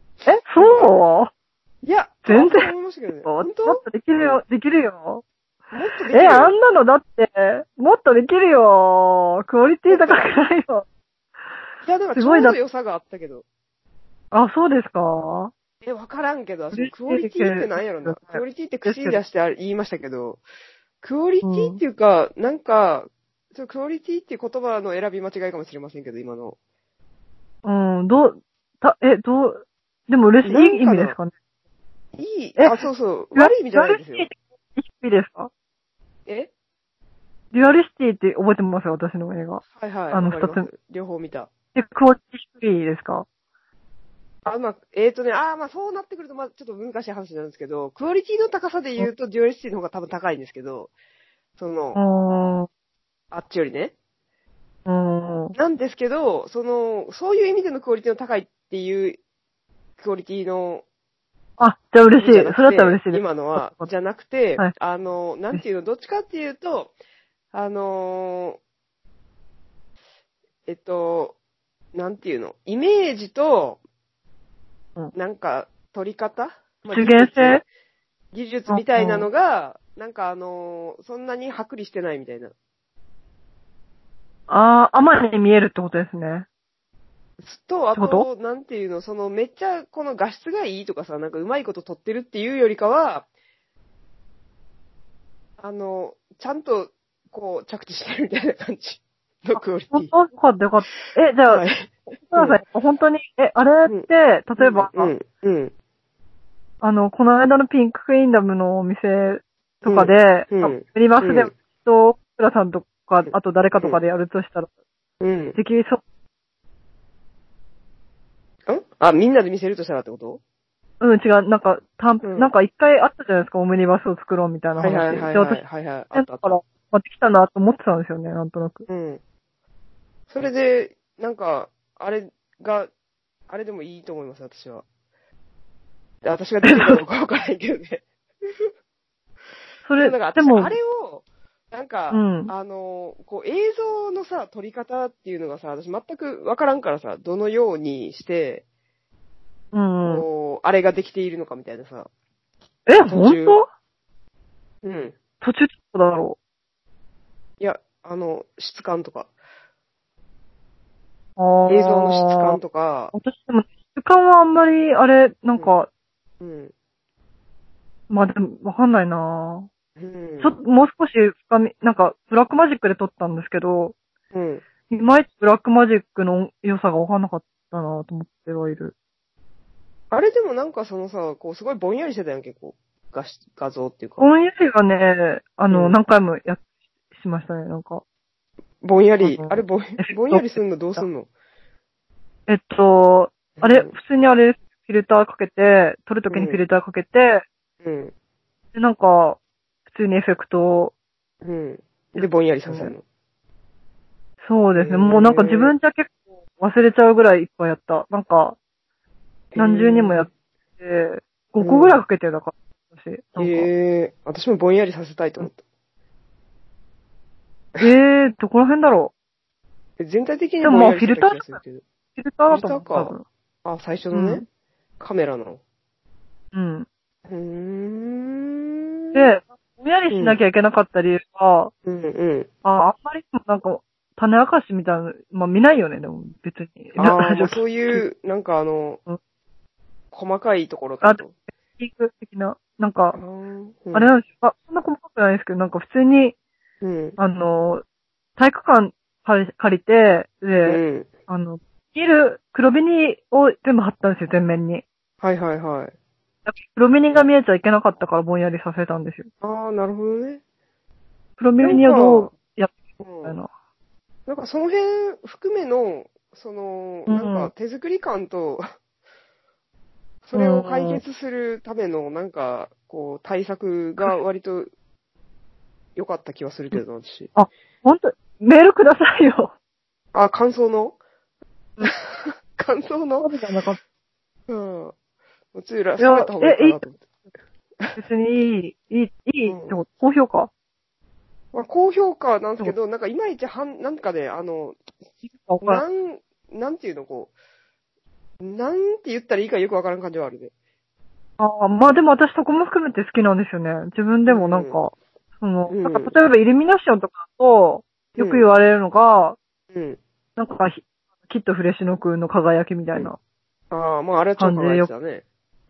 そういや、 全然。 思いましたけどね。 もっとできるよ、できるよ。 もっとできるよ。 あんなのだって、もっとできるよ。クオリティ高くないよ。 いや、だからちょうど良さがあったけど。 あ、そうですか？ わからんけど、クオリティって何やろな。クオリティって口に出して言いましたけど、クオリティっていうか、なんか、クオリティっていう言葉の選び間違いかもしれませんけど、今の。 でも嬉しい意味ですかね？ そうそう。悪い意味じゃないですよ。 低いですか？デュアリシティって覚えてますよ、私の映画。 はいはい。二つ。 両方見た。 クオリティ低いですか？ そうなってくると、ちょっと難しい話なんですけど、クオリティの高さで言うと、デュアリシティの方が多分高いんですけど、あっちよりね。なんですけど、そういう意味でのクオリティの高いっていうクオリティの、 じゃあ嬉しい。それだったら嬉しいです。 今のは、じゃなくて、なんていうの、どっちかっていうと、なんていうの、イメージと、なんか、撮り方技術みたいなのが、なんかそんなに剥離してないみたいな。 あまり見えるってことですね。 あと、なんていうの、めっちゃこの画質がいいとかさ、なんかうまいこと撮ってるっていうよりかは、ちゃんと、こう、着地してるみたいな感じのクオリティ。 よかった。じゃあ、本当に、あれって、例えば、この間のピンククイーンダムのお店とかで、ユニバースで、クラさんとか、あと誰かとかでやるとしたら、できそう。 みんなで見せるとしたらってこと？ 違う。なんか一回あったじゃないですか、オムニバスを作ろうみたいな話。 はい。 だから、できたなと思ってたんですよね、なんとなく。 それで、なんか、あれでもいいと思います、私は。私ができるかどうかわからないけどね。でも、あれを、なんか、こう映像のさ、撮り方っていうのがさ、私全くわからんからさ、どのようにして、あれができているのかみたいなさ。 本当？途中どうだろう？いや、質感とか。映像の質感とか。 私でも質感はあんまり、あれ、なんか、でもわかんないなぁ。もう少し深み、なんか、ブラックマジックで撮ったんですけど、いまいちブラックマジックの良さがわかんなかったなと思ってはいる。 あれでもなんかすごいぼんやりしてたやん、結構。画像っていうか。 ぼんやりがね、何回もしましたね、なんか。 ぼんやり、あれぼんやりすんのどうすんの？ あれ、普通にフィルターかけて、撮るときにフィルターかけて、で、なんか、普通にエフェクトを。 で、ぼんやりさせるの。 そうですね。もうなんか自分じゃ結構忘れちゃうぐらいいっぱいやった。なんか、何重にもやって、5個ぐらいかけてだから、 私もぼんやりさせたいと思った。 どこら辺だろう？全体的にぼんやりさせた気がするけど。 フィルターだと思う。 あ、最初のね、カメラの。 うん。 で、 で、ぼんやりしなきゃいけなかった理由は、あんまりなんか、種明かしみたいな、まあ見ないよね、でも別に。 まあそういう、なんか細かいところと。 的な、なんか、あれなんですよ。そんな細かくないですけど、なんか普通に、体育館借りて、で、黒ビニを全部貼ったんですよ、全面に。 はいはいはい。 黒ビニが見えちゃいけなかったからぼんやりさせたんですよ。 ああ、なるほどね。 黒ビニをどうやってみたいな。 なんかその辺含めの、なんか手作り感と、それを解決するための、なんか、こう、対策が割と良かった気はするけど、私。 あ、ほんと、メールくださいよ。 あ、感想の感想のそうじゃなかった。 うん。うちら喋った方がいいかなと思って。 別にいいってこと、高評価まあ、高評価なんですけど、なんかいまいちなんかね、なんていうの、こう、なんて言ったらいいかよくわからん感じはあるね。 まあでも私そこも含めて好きなんですよね。自分でもなんか、なんか例えばイルミナーションとかだと、よく言われるのが、なんか、きっとフレッシュノ君の輝きみたいな。 ああ、まああれは超輝いてたね。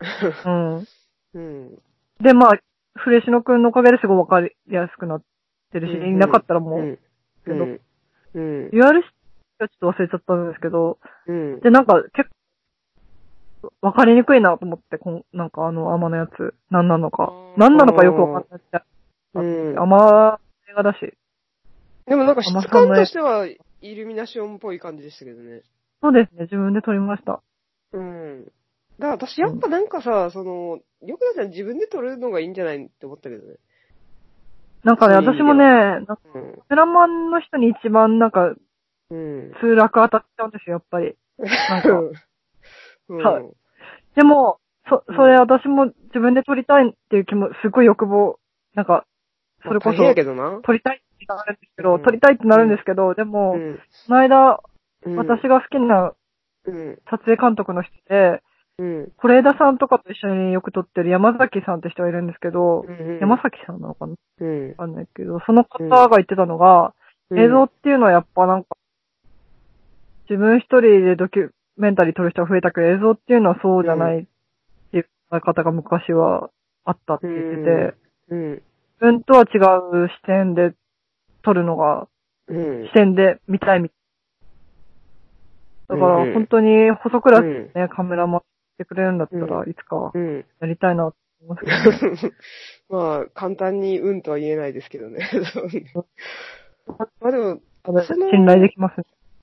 で、まあ、フレッシュノ君のおかげですごいわかりやすくなってるし、いなかったらもう、けど、言われしかちょっと忘れちゃったんですけど、で、なんか結構、わかりにくいなと思って、なんか天のやつ、何なのか。何なのかよくわかんない。天映画だし。 でもなんか質感としては、イルミナションっぽい感じでしたけどね。 そうですね、自分で撮りました。 だから私やっぱなんかさ、よくなちゃん自分で撮るのがいいんじゃないって思ったけどね。 なんかね、私もね、カメラマンの人に一番なんか、痛楽当たっちゃうんですよ、やっぱり。なんか。はい。でも、それ私も自分で撮りたいっていう気も、すごい欲望、なんか、それこそ、撮りたいってなるんですけど、撮りたいってなるんですけど、でも、この間、私が好きな撮影監督の人で、是枝さんとかと一緒によく撮ってる山崎さんって人がいるんですけど、山崎さんなのかなわかんないけど、その方が言ってたのが、映像っていうのはやっぱなんか、自分一人でドキュメンタリー撮る人が増えたけど、映像っていうのはそうじゃないっていう考え方が昔はあったって言ってて、自分とは違う視点で撮るのが、視点で見たいみたいな。だから本当に細倉ね、カメラマンしてくれるんだったらいつかやりたいなと思いますけど、ね。 まあ、簡単にとは言えないですけどね。まあでも、 信頼できますね。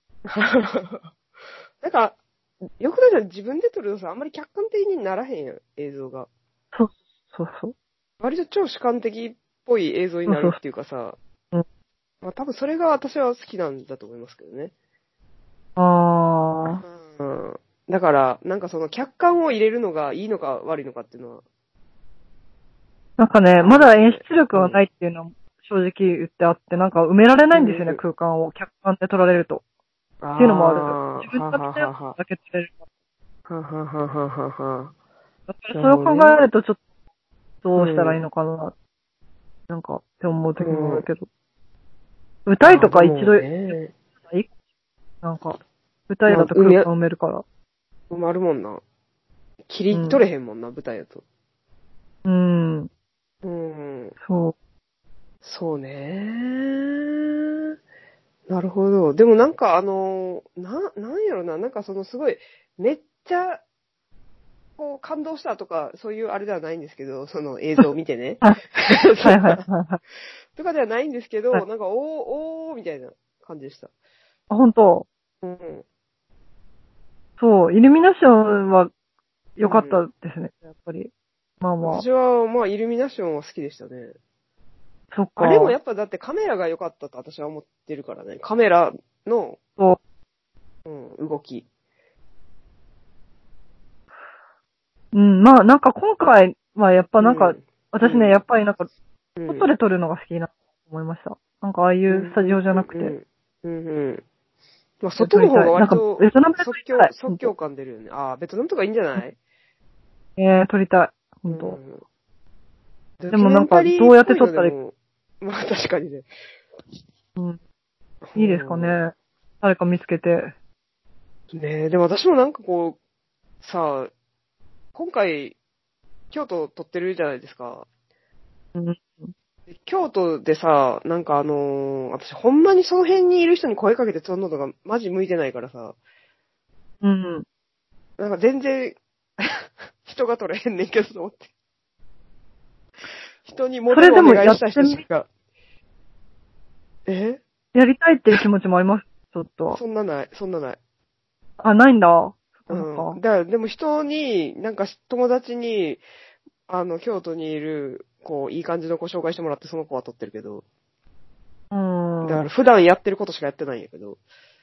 なんか、よくないじゃん、自分で撮るとさ、あんまり客観的にならへんやん、映像が。 そう。 割と超主観的っぽい映像になるっていうかさ、まあ多分それが私は好きなんだと思いますけどね。だから、なんかその客観を入れるのがいいのか悪いのかっていうのは。 なんかね、まだ演出力がないっていうのは正直言ってあって、なんか埋められないんですよね、空間を客観で撮られると。っていうのもある。自分が見たやつだけ撮れるから。だからそれを考えるとちょっとどうしたらいいのかな、なんかって思う時もあるけど。舞台とか一度、なんか、舞台だと空間埋めるから。 埋まるもんな。切り取れへんもんな、舞台だと。そう。そうね。なるほど。でもなんかなんやろな、なんかすごい、めっちゃ、こう感動したとか、そういうあれではないんですけど、その映像を見てね。とかではないんですけど、なんか、おーみたいな感じでした。 あ、本当。そう、イルミナーションは良かったですね、やっぱり。まあまあ。 私は、まあ、イルミナーションは好きでしたね。 そっか。 あれもやっぱだってカメラが良かったと私は思ってるからね。カメラの、動き。 まあなんか今回はやっぱなんか、私ね、やっぱりなんか、外で撮るのが好きなと思いました。なんかああいうスタジオじゃなくて。 まあ、外の方が割とベトナムで撮りたい。 即興感出るよね。ああ、ベトナムとかいいんじゃない？ 撮りたい。本当。 でもなんか、どうやって撮ったらいい？ まあ確かにね。 うん。いいですかね。誰か見つけて。 ねえ、でも私もなんかこう、さあ、今回、京都撮ってるじゃないですか。 うん。 京都でさ、なんか私ほんまにその辺にいる人に声かけて撮るのとかマジ向いてないからさ。 うん。 なんか全然、人が撮れへんねんけどと思って。人にモデルお願いした人しか。 やりたいっていう気持ちもあります、ちょっと。 そんなない。 あ、ないんだ。 うん。だからでも人に、なんか友達に、京都にいる、こう、いい感じの子紹介してもらってその子は撮ってるけど。だから普段やってることしかやってないんやけど。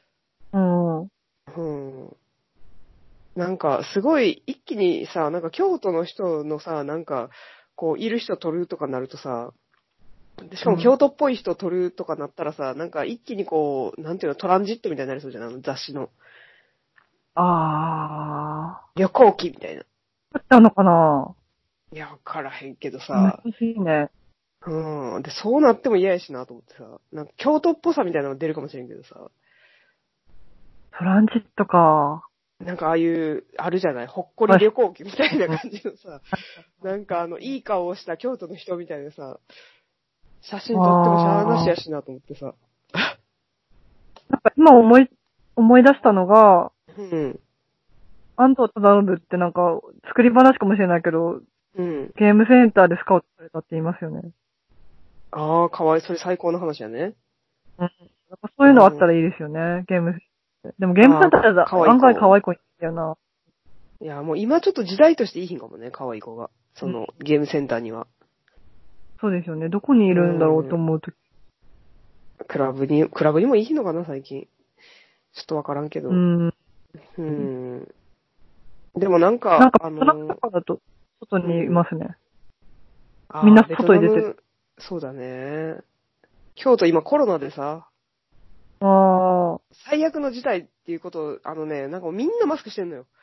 なんか、すごい、一気にさ、なんか京都の人のさ、なんか、こう、いる人撮るとかなるとさ、しかも京都っぽい人撮るとかなったらさ、なんか一気にこう、なんていうの、トランジットみたいになりそうじゃない雑誌の。旅行記みたいな。 あったのかな？ いや、わからへんけどさ。 難しいね。 で、そうなっても嫌やしなと思ってさ。なんか京都っぽさみたいなのが出るかもしれんけどさ。 トランジットか。 なんかああいう、あるじゃないほっこり旅行記みたいな感じのさ。なんかいい顔をした京都の人みたいなさ。写真撮ってもしゃーなしやしなと思ってさ。 なんか今思い出したのが、安藤忠信ってなんか、作り話かもしれないけど、ゲームセンターでスカウトされたって言いますよね。 ああ、かわいい。それ最高の話やね。 そういうのあったらいいですよね、ゲーム。でもゲームセンターだと案外可愛い子いるよな。 いや、もう今ちょっと時代としていいひんかもね、可愛い子が。その、ゲームセンターには。 そうですよね。どこにいるんだろうと思うとき。 クラブにもいいのかな、最近。ちょっとわからんけど。でもなんか、 トラックだと、外にいますね。みんな外に出てる。 そうだね。京都今コロナでさ、最悪の事態っていうことを、なんかみんなマスクしてんのよ。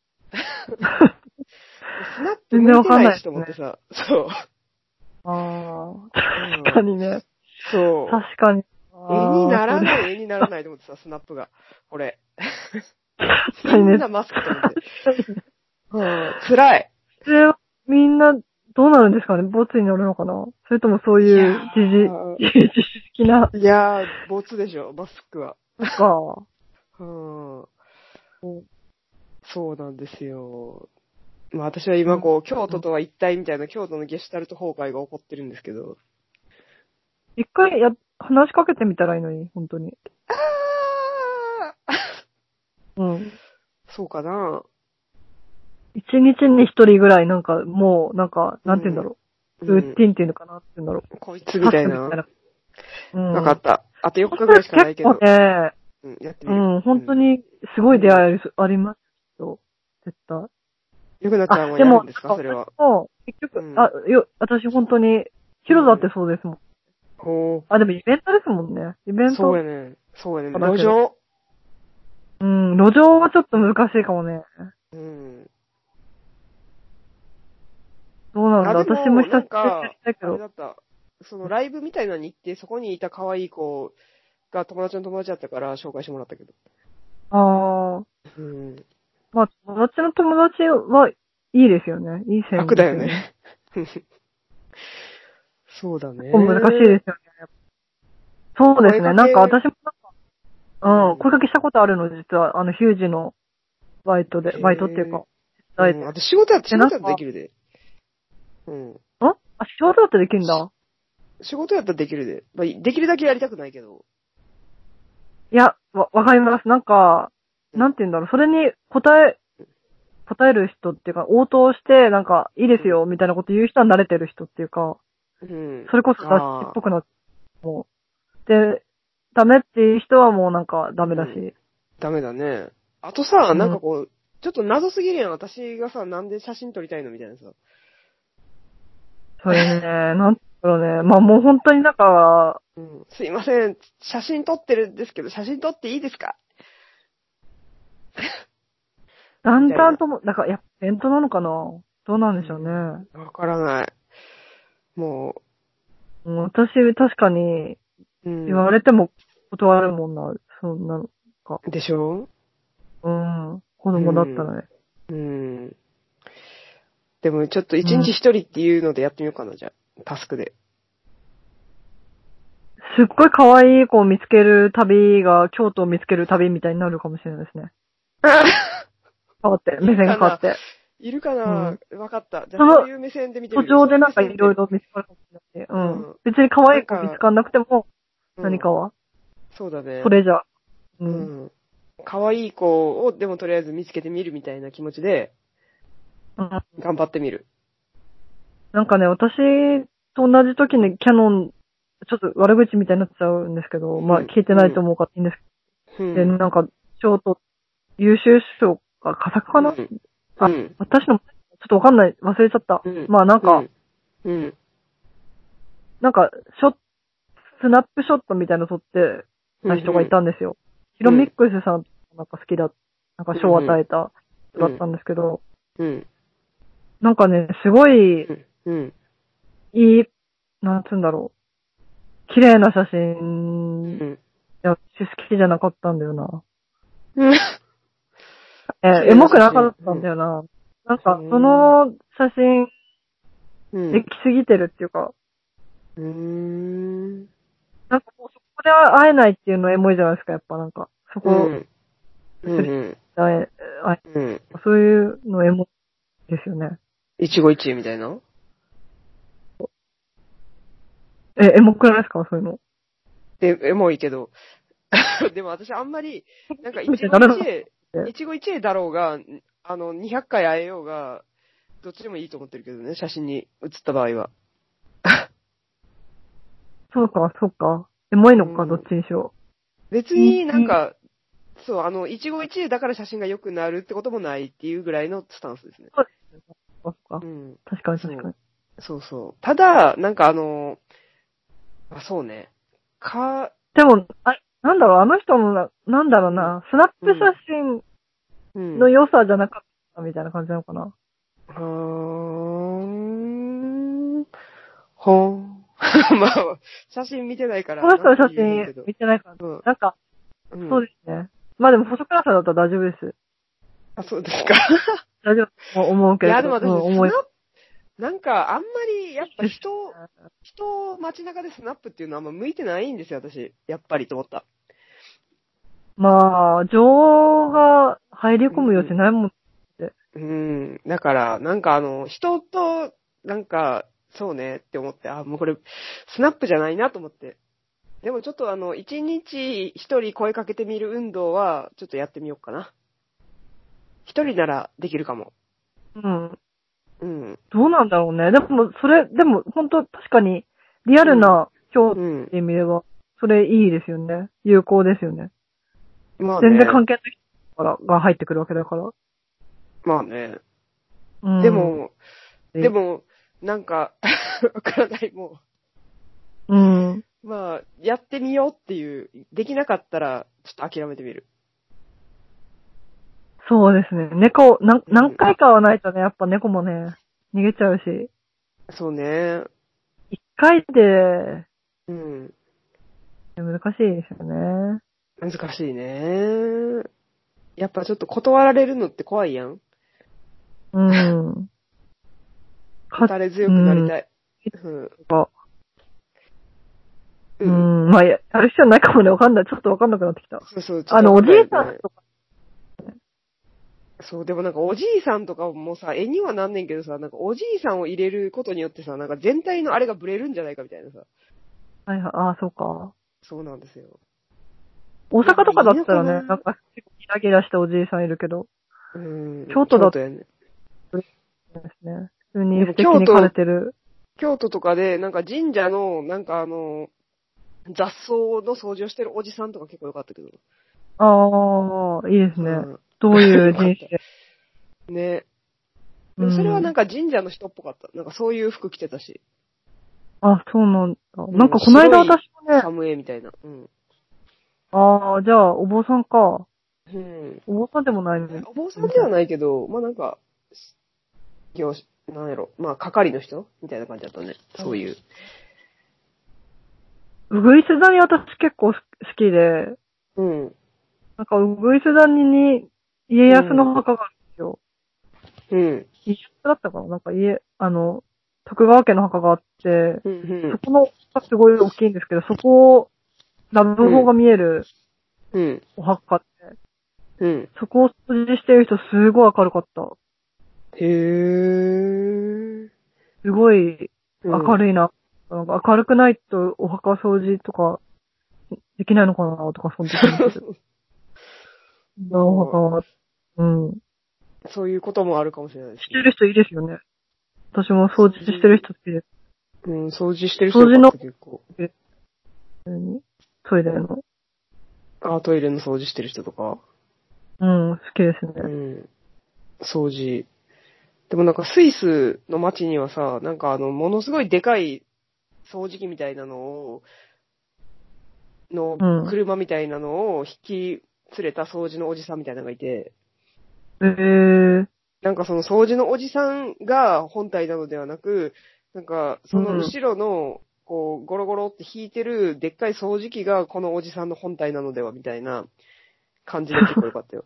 スナップ向いてないしと思ってさ、そう。 確かにね。 そう。 確かに。 絵にならないと思ってさ、スナップが。これ。みんなマスクと思って。辛い。 みんな、どうなるんですかね？ボツになるのかな？それともそういう自主的な。 いやー、ボツでしょ、マスクは。そうなんですよ。まあ私は今こう、京都とは一体みたいな京都のゲシュタルト崩壊が起こってるんですけど。 一回話しかけてみたらいいのに、本当に。 そうかな。 一日に一人ぐらいなんか、もう、なんか、なんて言うんだろう。ルーティンっていうのかなって言うんだろう。 こいつみたいな。わかった。あと4日ぐらいしかないけど。 やってみる。本当にすごい出会いありますよ。絶対。 よくなっちゃうもんやるんですか、それは。 結局、私本当に、広田ってそうですもん。でもイベントですもんね。イベント。 そうやね。路上。 路上はちょっと難しいかもね。どうなんだ、私も久しぶりにやったけど。 そのライブみたいなのに行って、そこにいた可愛い子が友達の友達だったから紹介してもらったけど。 まあ、友達の友達はいいですよね。いい線。 楽だよね。そうだね。 難しいですよね。そうですね。なんか私も声かけしたことあるの、実は。ヒュージのバイトっていうか。 あと仕事やってできるで。 仕事だってできるんだ。 仕事やったらできるで。まあ、できるだけやりたくないけど。 いや、わかります。なんか、なんて言うんだろう。それに答える人っていうか、応答して、なんか、いいですよ、みたいなこと言う人は慣れてる人っていうか、それこそ雑誌っぽくなって、もう。で、ダメっていう人はもうなんかダメだし。 ダメだね。あとさ、なんかこう、ちょっと謎すぎるやん。私がさ、なんで写真撮りたいのみたいなさ。 それね、なんだろうね。まあもう本当になんか、 すいません、写真撮ってるんですけど、写真撮っていいですかだんだんとも、なんか、やっぱペントなのかな？どうなんでしょうね。 わからない。もう私、確かに、言われても断るもんな、そんなのか。 でしょ？ 子供だったらね。 でもちょっと一日一人っていうのでやってみようかな、じゃあ。タスクで。 すっごい可愛い子を見つける旅が、京都を見つける旅みたいになるかもしれないですね。変わって、目線が変わって。 いるかな？わかった。じゃあそういう目線で見てみる。 途上でなんかいろいろ見つかるかもしれない。別に可愛い子見つかんなくても、何かは。 そうだね。 それじゃ。 可愛い子をでもとりあえず見つけてみるみたいな気持ちで、頑張ってみる。なんかね、 私と同じ時にキャノン、ちょっと悪口みたいになっちゃうんですけど、まあ聞いてないと思うからいいんですけど、で、なんか、ショート、優秀賞が佳作かな、私の、ちょっとわかんない、忘れちゃった。まあなんか、なんか、スナップショットみたいなの撮ってた人がいたんですよ。ヒロミックスさんなんか好きだ、なんか賞を与えた人だったんですけど、なんかね、すごい、いい、なんつうんだろう。綺麗な写真、好きじゃなかったんだよな。エモくなかったんだよな。なんか、その写真、できすぎてるっていうか。なんかもうそこで会えないっていうのエモいじゃないですか、やっぱなんか。そこ、そういうのエモいですよね。 一期一会みたいな？ エモくないですか、そういうの。 エモいけど。でも私あんまり、なんか一期一会だろうが、200回会えようが、どっちでもいいと思ってるけどね、写真に写った場合は。 そうか。エモいのか、どっちにしろ。 別になんか、そう、一期一会だから写真が良くなるってこともないっていうぐらいのスタンスですね。 そうですね。確かに。 そう。ただ、なんかそうね。 でも、なんだろう、あの人の、なんだろうな、スナップ写真の良さじゃなかったみたいな感じなのかな。 まあ、写真見てないから。 この人の写真見てないから。なんか、そうですね。まあでも、細暗さだったら大丈夫です。 あ、そうですか。 大丈夫、思うけど。 いや、でも私、なんか、あんまり、やっぱ人、街中でスナップっていうのはあんま向いてないんですよ、私。やっぱりと思った。 まあ、情が入り込む余地ないもんって。 だから、なんか人と、なんか、そうねって思って、もうこれ、スナップじゃないなと思って。でもちょっと一日一人声かけてみる運動は、ちょっとやってみようかな。一人ならできるかも。 どうなんだろうね。でも本当確かに、リアルな今日って見れば、それいいですよね。有効ですよね。まあね。全然関係ない人が入ってくるわけだから。 まあね。でも、なんか、わからない、もう。まあ、やってみようっていう、できなかったら、ちょっと諦めてみる。 そうですね。何回かはないとね、やっぱ猫もね、逃げちゃうし。 そうね。 一回で、難しいですよね。 難しいね。やっぱちょっと断られるのって怖いやん。打たれ強くなりたい。 まあ、やる必要ないかもね、ちょっとわかんなくなってきた。 そう、 おじいさんとか。 そう、でもなんかおじいさんとかもさ、絵にはなんねんけどさ、なんかおじいさんを入れることによってさ、なんか全体のあれがブレるんじゃないかみたいなさ。 そうか。 そうなんですよ。 大阪とかだったらね、なんか結構ギラギラしたおじいさんいるけど。京都だと。ですね。普通に素敵に枯れてる。 京都とかで、なんか神社の、なんか雑草の掃除をしてるおじさんとか結構良かったけど。 いいですね。どういう人生ね。でもそれはなんか神社の人っぽかった。なんかそういう服着てたし。 そうなんだ。なんかこの間私もね。 サムエみたいな。 じゃあ、お坊さんか。 うん。 お坊さんでもないのに。 お坊さんではないけど、まあなんか、なんやろ、まあ係の人みたいな感じだったね。そういう。 ウグイスダニ私結構好きで、 うん。 なんかウグイスダニに家康の墓があるんですよ。 うん。 家康だったかななんか徳川家の墓があって、 うん。 そこの墓すごい大きいんですけど、そこをラブホが見えるうん。 お墓って、 うん。 そこを掃除してる人すごい明るかった。 へー。 すごいうん。 明るいな。なんか明るくないとお墓掃除とかできないのかなとか、その時に思って。お墓は、うん。 そういうこともあるかもしれないですね。 してる人いいですよね。私も掃除してる人好きです。 うん、掃除してる人よかった、結構。 トイレの。 トイレの掃除してる人とか。 うん、好きですね。 うん。掃除。でもなんかスイスの街にはさ、なんかものすごいでかい掃除機みたいな車みたいなのを引き連れた掃除のおじさんみたいなのがいて、なんかその掃除のおじさんが本体なのではなく、なんかその後ろの、こう、ゴロゴロって引いてるでっかい掃除機がこのおじさんの本体なのではみたいな感じで結構良かったよ。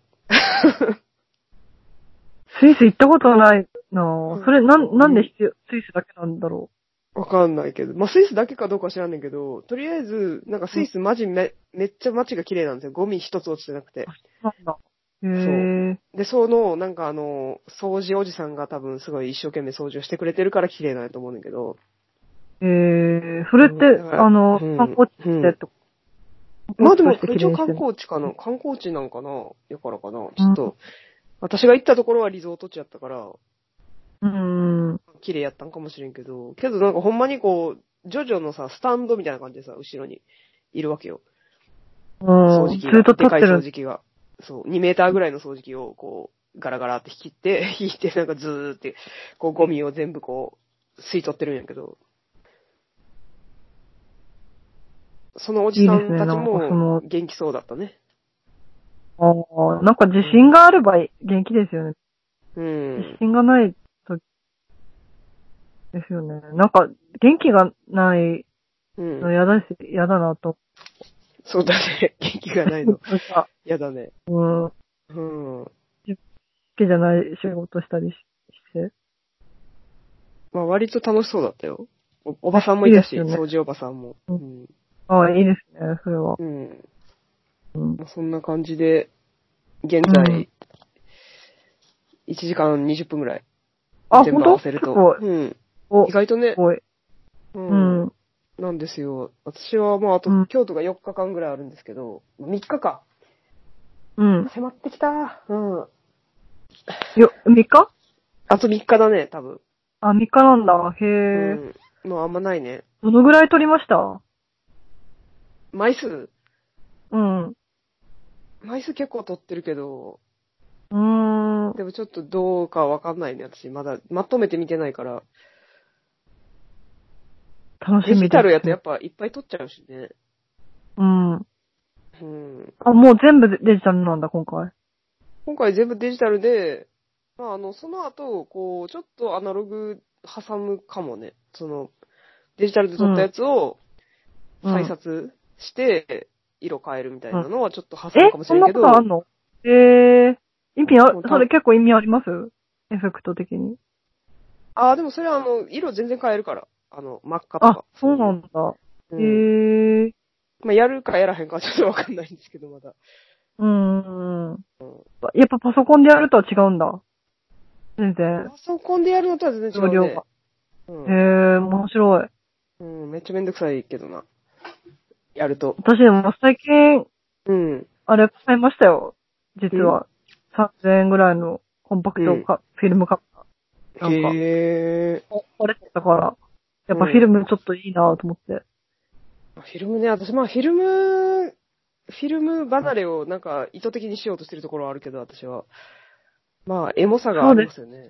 スイス行ったことないなぁ。それ、なんでスイスだけなんだろわかんないけど。まあ、スイスだけかどうか知らんねんけど、とりあえず、なんかスイスマジめっちゃ街が綺麗なんですよ。ゴミ一つ落ちてなくて。 う。なんだ。 そう。で、なんか掃除おじさんが多分すごい一生懸命掃除をしてくれてるから綺麗なんやと思うんだけど。 それって、観光地ってと、 まあでも、一応観光地かな。観光地なんかなやからかな。ちょっと、私が行ったところはリゾート地やったから、綺麗やったんかもしれんけど、なんかほんまにこう、ジョジョのさ、スタンドみたいな感じでさ、後ろにいるわけよ。掃除機が。でかい掃除機が。そう、2メーターぐらいの掃除機を、こう、ガラガラって引いて、なんかずーって、こう、ゴミを全部こう、吸い取ってるんやけど、そのおじさんたちも元気そうだったね。 なんか自信があれば元気ですよね。 うん。 自信がないと、ですよね。なんか、元気がないの嫌だなと。 そうだね。元気がないの。嫌だね。うん。 好きじゃない仕事したりして。 まあ割と楽しそうだったよ。おばさんもいたし、掃除おばさんも。 いいですね、それは。 そんな感じで、現在、1時間20分ぐらい。全部合わせると。意外とね。なんですよ。私はあと、京都が4日間ぐらいあるんですけど、3日か。迫ってきた。3 日？ あと3日だね、多分。 3日なんだ。へえ。 もうあんまないね。 どのぐらい取りました？ 枚数？枚数結構取ってるけど、でもちょっとどうかわかんないね、私。まだ、まとめて見てないから。 楽しみです。 デジタルやとやっぱいっぱい取っちゃうしね。もう全部デジタルなんだ、今回。 今回全部デジタルで、その後、こう、ちょっとアナログ挟むかもね。デジタルで撮ったやつを再撮して、色変えるみたいなのはちょっと挟むかもしれんけど。 そんなことあんの？それ結構意味あります？エフェクト的に。 でもそれは色全然変えるから。真っ赤とか。 そうなんだ。 やるかやらへんかはちょっとわかんないんですけど、まだ。 やっぱパソコンでやるとは違うんだ。全然。 パソコンでやるのとは全然違うね。 面白い。 めっちゃめんどくさいけどな。やると。 私でも最近、あれ買いましたよ。実は。3000円ぐらいのコンパクトフィルムカメラ。なんか、壊れてたから、やっぱフィルムちょっといいなと思って。 フィルムね、私フィルム離れをなんか意図的にしようとしてるところはあるけど、私は。エモさがありますよね。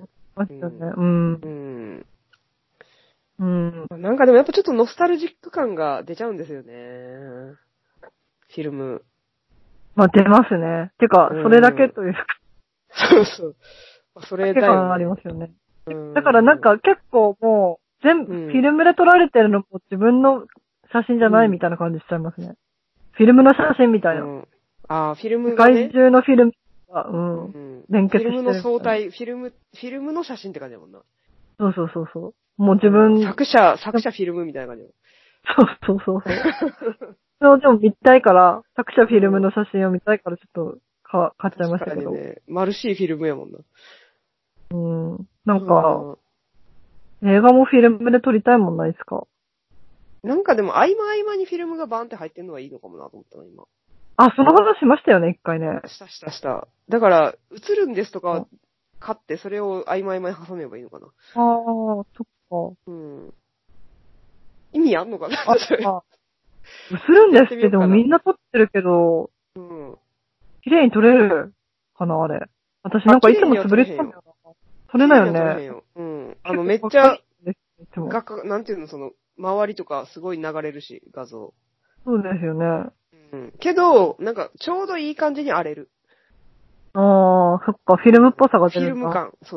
なんかでもやっぱちょっとノスタルジック感が出ちゃうんですよね。フィルム。 まあ出ますね。てか、それだけというか、 そうそう。それだよ、ね。 感ありますよね。だからなんか結構もう、全部、フィルムで撮られてるのも自分の写真じゃないみたいな感じしちゃいますね。フィルムの写真みたいな。 ああ、フィルムがね。 世界中のフィルムが、連結してる。 フィルムの相対、フィルムの写真って感じだもんな。 そう。もう自分、 作者フィルムみたいな感じ。 そう。それをでも見たいから、作者フィルムの写真を見たいからちょっと買っちゃいましたけど。 ね。マルシーフィルムやもんな。 なんか、映画もフィルムで撮りたいもんないですか？ なんかでも合間にフィルムがバーンって入ってんのはいいのかもなと思ったの、今。 あ、その話しましたよね、一回ね。 した。だから、映るんですとか買って、それを合間に挟めばいいのかな。 ああ、そっか。 意味あんのかな映るんですけど、みんな撮ってるけど、綺麗に撮れるかな、あれ。私なんかいつも潰れてたんだよな。撮れないよね。 めっちゃ、なんていうの、その、周りとかすごい流れるし、画像。 そうですよね。 けど、なんか、ちょうどいい感じに荒れる。 ああ、そっか、フィルムっぽさが出る。 フィルム感。そう。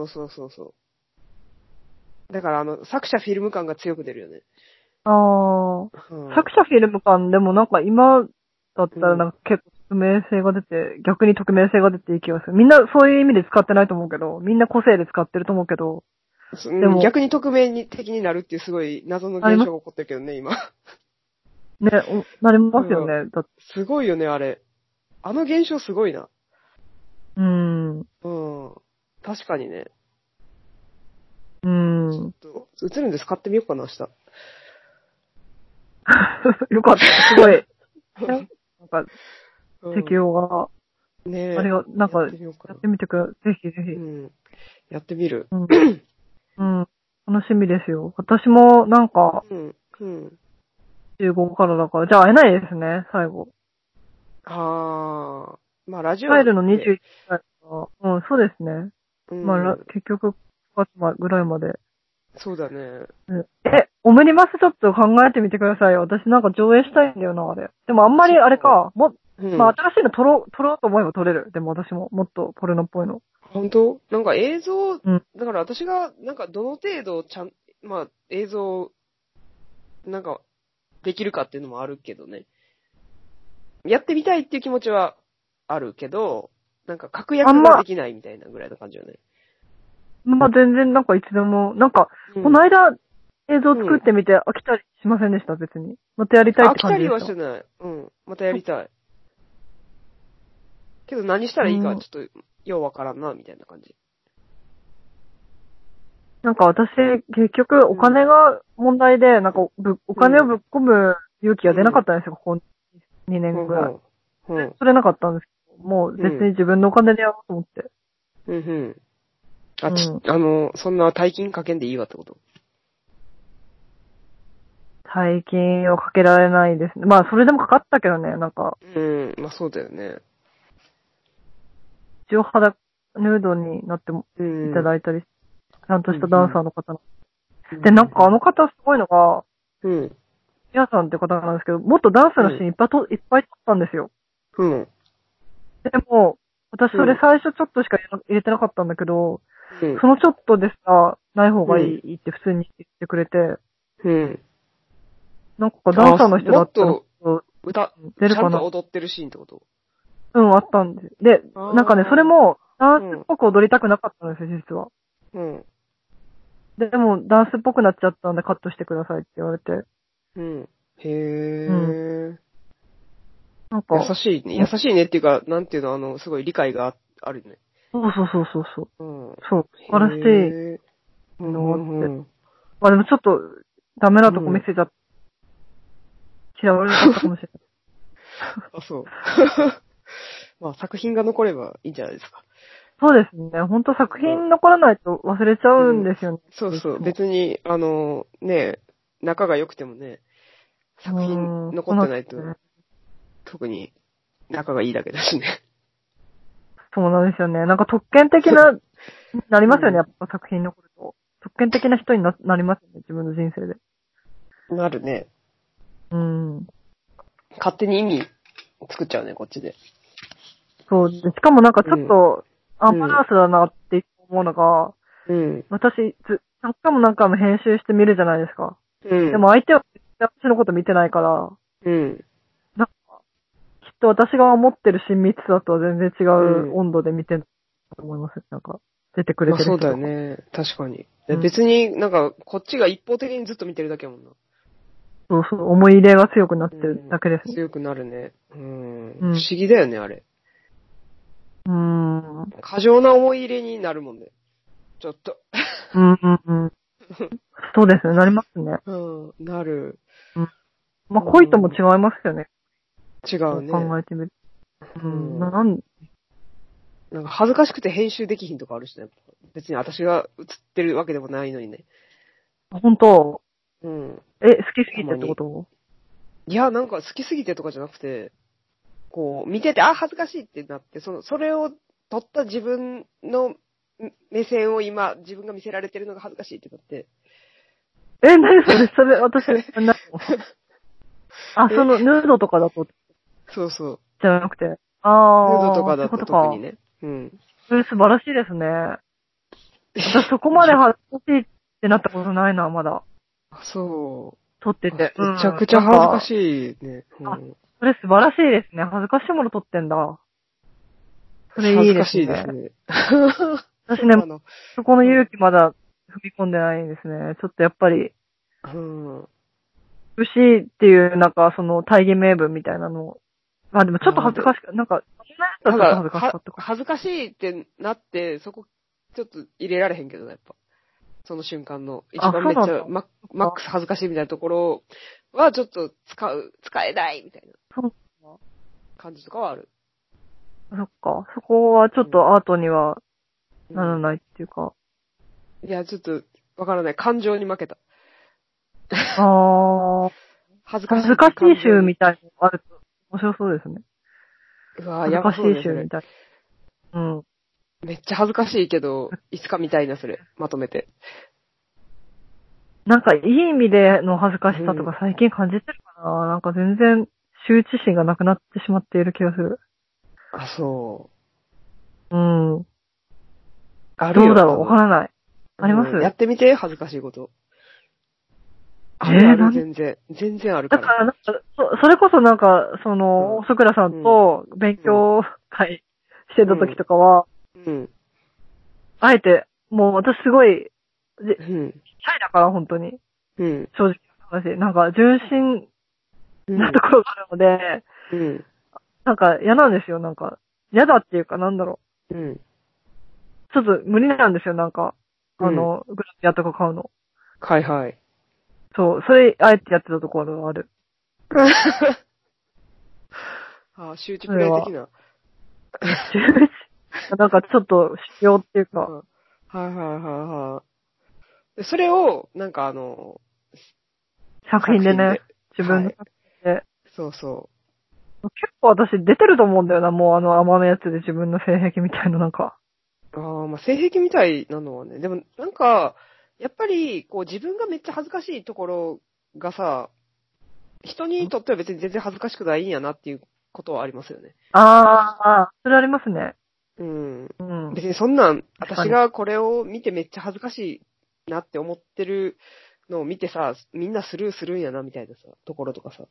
だから、作者フィルム感が強く出るよね。 作者フィルム感でもなんか今だったらなんか結構匿名性が出て、逆に匿名性が出ていい気がする。みんなそういう意味で使ってないと思うけど、みんな個性で使ってると思うけど。 でも逆に匿名的になるっていうすごい謎の現象が起こってるけどね、今。 ね、なりますよね。 すごいよね、あれ。あの現象すごいな。確かにね。ちょっと、映るんです。買ってみようかな、明日。 よかった。すごい。なんか、適用が。 ねあれが、なんか、やってみてください。ぜひ。 やってみる。 楽しみですよ。私も、なんか、15からだから、じゃあ会えないですね、最後。 まあ、ラジオ。 帰るの21歳か。そうですね。まあ、結局、9月ぐらいまで。 そうだね。 オムニバスちょっと考えてみてくださいよ。私なんか上映したいんだよな、あれ。でもあんまりあれか、まあ新しいの撮ろうと思えば撮れる。でも私ももっとポルノっぽいの。 本当？なんか映像、だから私がなんかどの程度まあ映像、なんかできるかっていうのもあるけどね。やってみたいっていう気持ちはあるけど、なんか確約ができないみたいなぐらいの感じよね。 まあ全然なんかいつでも、なんか、この間映像作ってみて飽きたりしませんでした、別に。またやりたいって感じでした。 飽きたりはしてない。またやりたい。けど何したらいいかちょっとようわからんな、みたいな感じ。 なんか私、結局お金が問題で、なんかお金をぶっ込む勇気が出なかったんですよ、ここ2年ぐらい。それなかったんですけど、もう別に自分のお金でやろうと思って。 そんな大金かけんでいいわってこと？ 大金をかけられないですね。まあ、それでもかかったけどね、なんか。 まあそうだよね。 一応ヌードになってもいただいたり、ちゃんとしたダンサーの方の。で、なんかあの方すごいのが、皆さんって方なんですけど、もっとダンスのシーンいっぱい撮ったんですよ。でも、私それ最初ちょっとしか入れてなかったんだけど、そのちょっとでさ、ない方がいいって普通に言ってくれて、なんかダンサーの人だったら、 出るかな。ちゃんと踊ってるシーンってこと？ あったんです。で、なんかね、それもダンスっぽく踊りたくなかったんですよ、実は。でも、ダンスっぽくなっちゃったんでカットしてくださいって言われて。なんか。 優しいねっていうか、なんていうの、すごい理解があるね。 そう。そう、素晴らしいのがあって。まあでもちょっと、ダメなとこ見せちゃって、嫌われなかったかもしれない。 そう。まあ作品が残ればいいんじゃないですか。 そうですね。ほんと作品残らないと忘れちゃうんですよね。 そう。別に、仲が良くてもね、作品残ってないと、特に仲がいいだけだしね。 そうなんですよね。なんか特権的な、なりますよね、やっぱ作品残ると。特権的な人になりますよね、自分の人生で。 なるね。勝手に意味作っちゃうね、こっちで。 そう。でしかもなんかちょっと、アンバランスだなって思うのが、私、何回も何回も編集して見るじゃないですか。でも相手は私のこと見てないから、なんか、きっと私が思ってる親密さとは全然違う温度で見てると思います。なんか、出てくれてる人とか。 そうだよね。確かに。別になんか、こっちが一方的にずっと見てるだけやもんな。 そうそう、思い入れが強くなってるだけですね。 強くなるね。不思議だよね、あれ。過剰な思い入れになるもんね。ちょっと。 そうですね、なりますね。 なる。 まあ、恋とも違いますよね。 違うね。 考えてみる。 なんか恥ずかしくて編集できひんとかあるしね。別に私が映ってるわけでもないのにね。 本当？好きすぎてってこと？ いや、なんか好きすぎてとかじゃなくて、こう、見てて、あ、恥ずかしいってなって、それを撮った自分の目線を今、自分が見せられてるのが恥ずかしいってなって。 何それ、私、あ、その、ヌードとかだと。 そうそう。 じゃなくて。ヌードとかだと特にね。 それ素晴らしいですね。私そこまで恥ずかしいってなったことないな、まだ。 そう。 撮ってて。 めちゃくちゃ恥ずかしいね。 それ素晴らしいですね。恥ずかしいもの撮ってんだ。それいいですね。 恥ずかしいですね。 私ね、そこの勇気まだ踏み込んでないんですね。ちょっとやっぱり、苦しいっていう、なんか、その、大義名分みたいなの。あ、でもちょっと恥ずかしかった。なんか、そんなやつはちょっと恥ずかしかったか。 恥ずかしいってなって、そこ、ちょっと入れられへんけどね、やっぱ。その瞬間の、一番めっちゃ、マックス恥ずかしいみたいなところは、ちょっと使えないみたいな感じとかはある。 そっか。そこはちょっとアートにはならないっていうか。 いや、ちょっと、わからない。感情に負けた。 恥ずかしい集みたいなのがあると面白そうですね。 うわぁ、やばそうですね。 恥ずかしい集みたいな。 めっちゃ恥ずかしいけど、いつか見たいな、それ。まとめて。 なんか、いい意味での恥ずかしさとか最近感じてるかな、なんか全然、羞恥心がなくなってしまっている気がする。 あ、そう。 あるよ。どうだろうわからない。あります？ やってみて、恥ずかしいこと。ある全然。全然あるから。 だから、なんか、それこそなんか、その、細倉さんと勉強会してた時とかは、あえて、もう私すごい、シャイだから、本当に。正直な話。なんか、純真なところがあるので、なんか嫌なんですよ、なんか。嫌だっていうか、なんだろう。ちょっと無理なんですよ、なんか。グラビアとか買うの。 はいはい。 そう、それ、あえてやってたところがある。 集中プレイ的な。 なんかちょっと修行っていうか。 はいはいはいはい。それを、なんか作品でね、自分の作品で。 そうそう。 結構私出てると思うんだよな、もう甘のやつで自分の性癖みたいななんか。 まあ性癖みたいなのはね、でもなんか、やっぱり、こう自分がめっちゃ恥ずかしいところがさ、人にとっては別に全然恥ずかしくないんやなっていうことはありますよね。 それありますね。 別にそんなん、私がこれを見てめっちゃ恥ずかしいなって思ってるのを見てさ、みんなスルーするんやなみたいなさ、ところとかさ。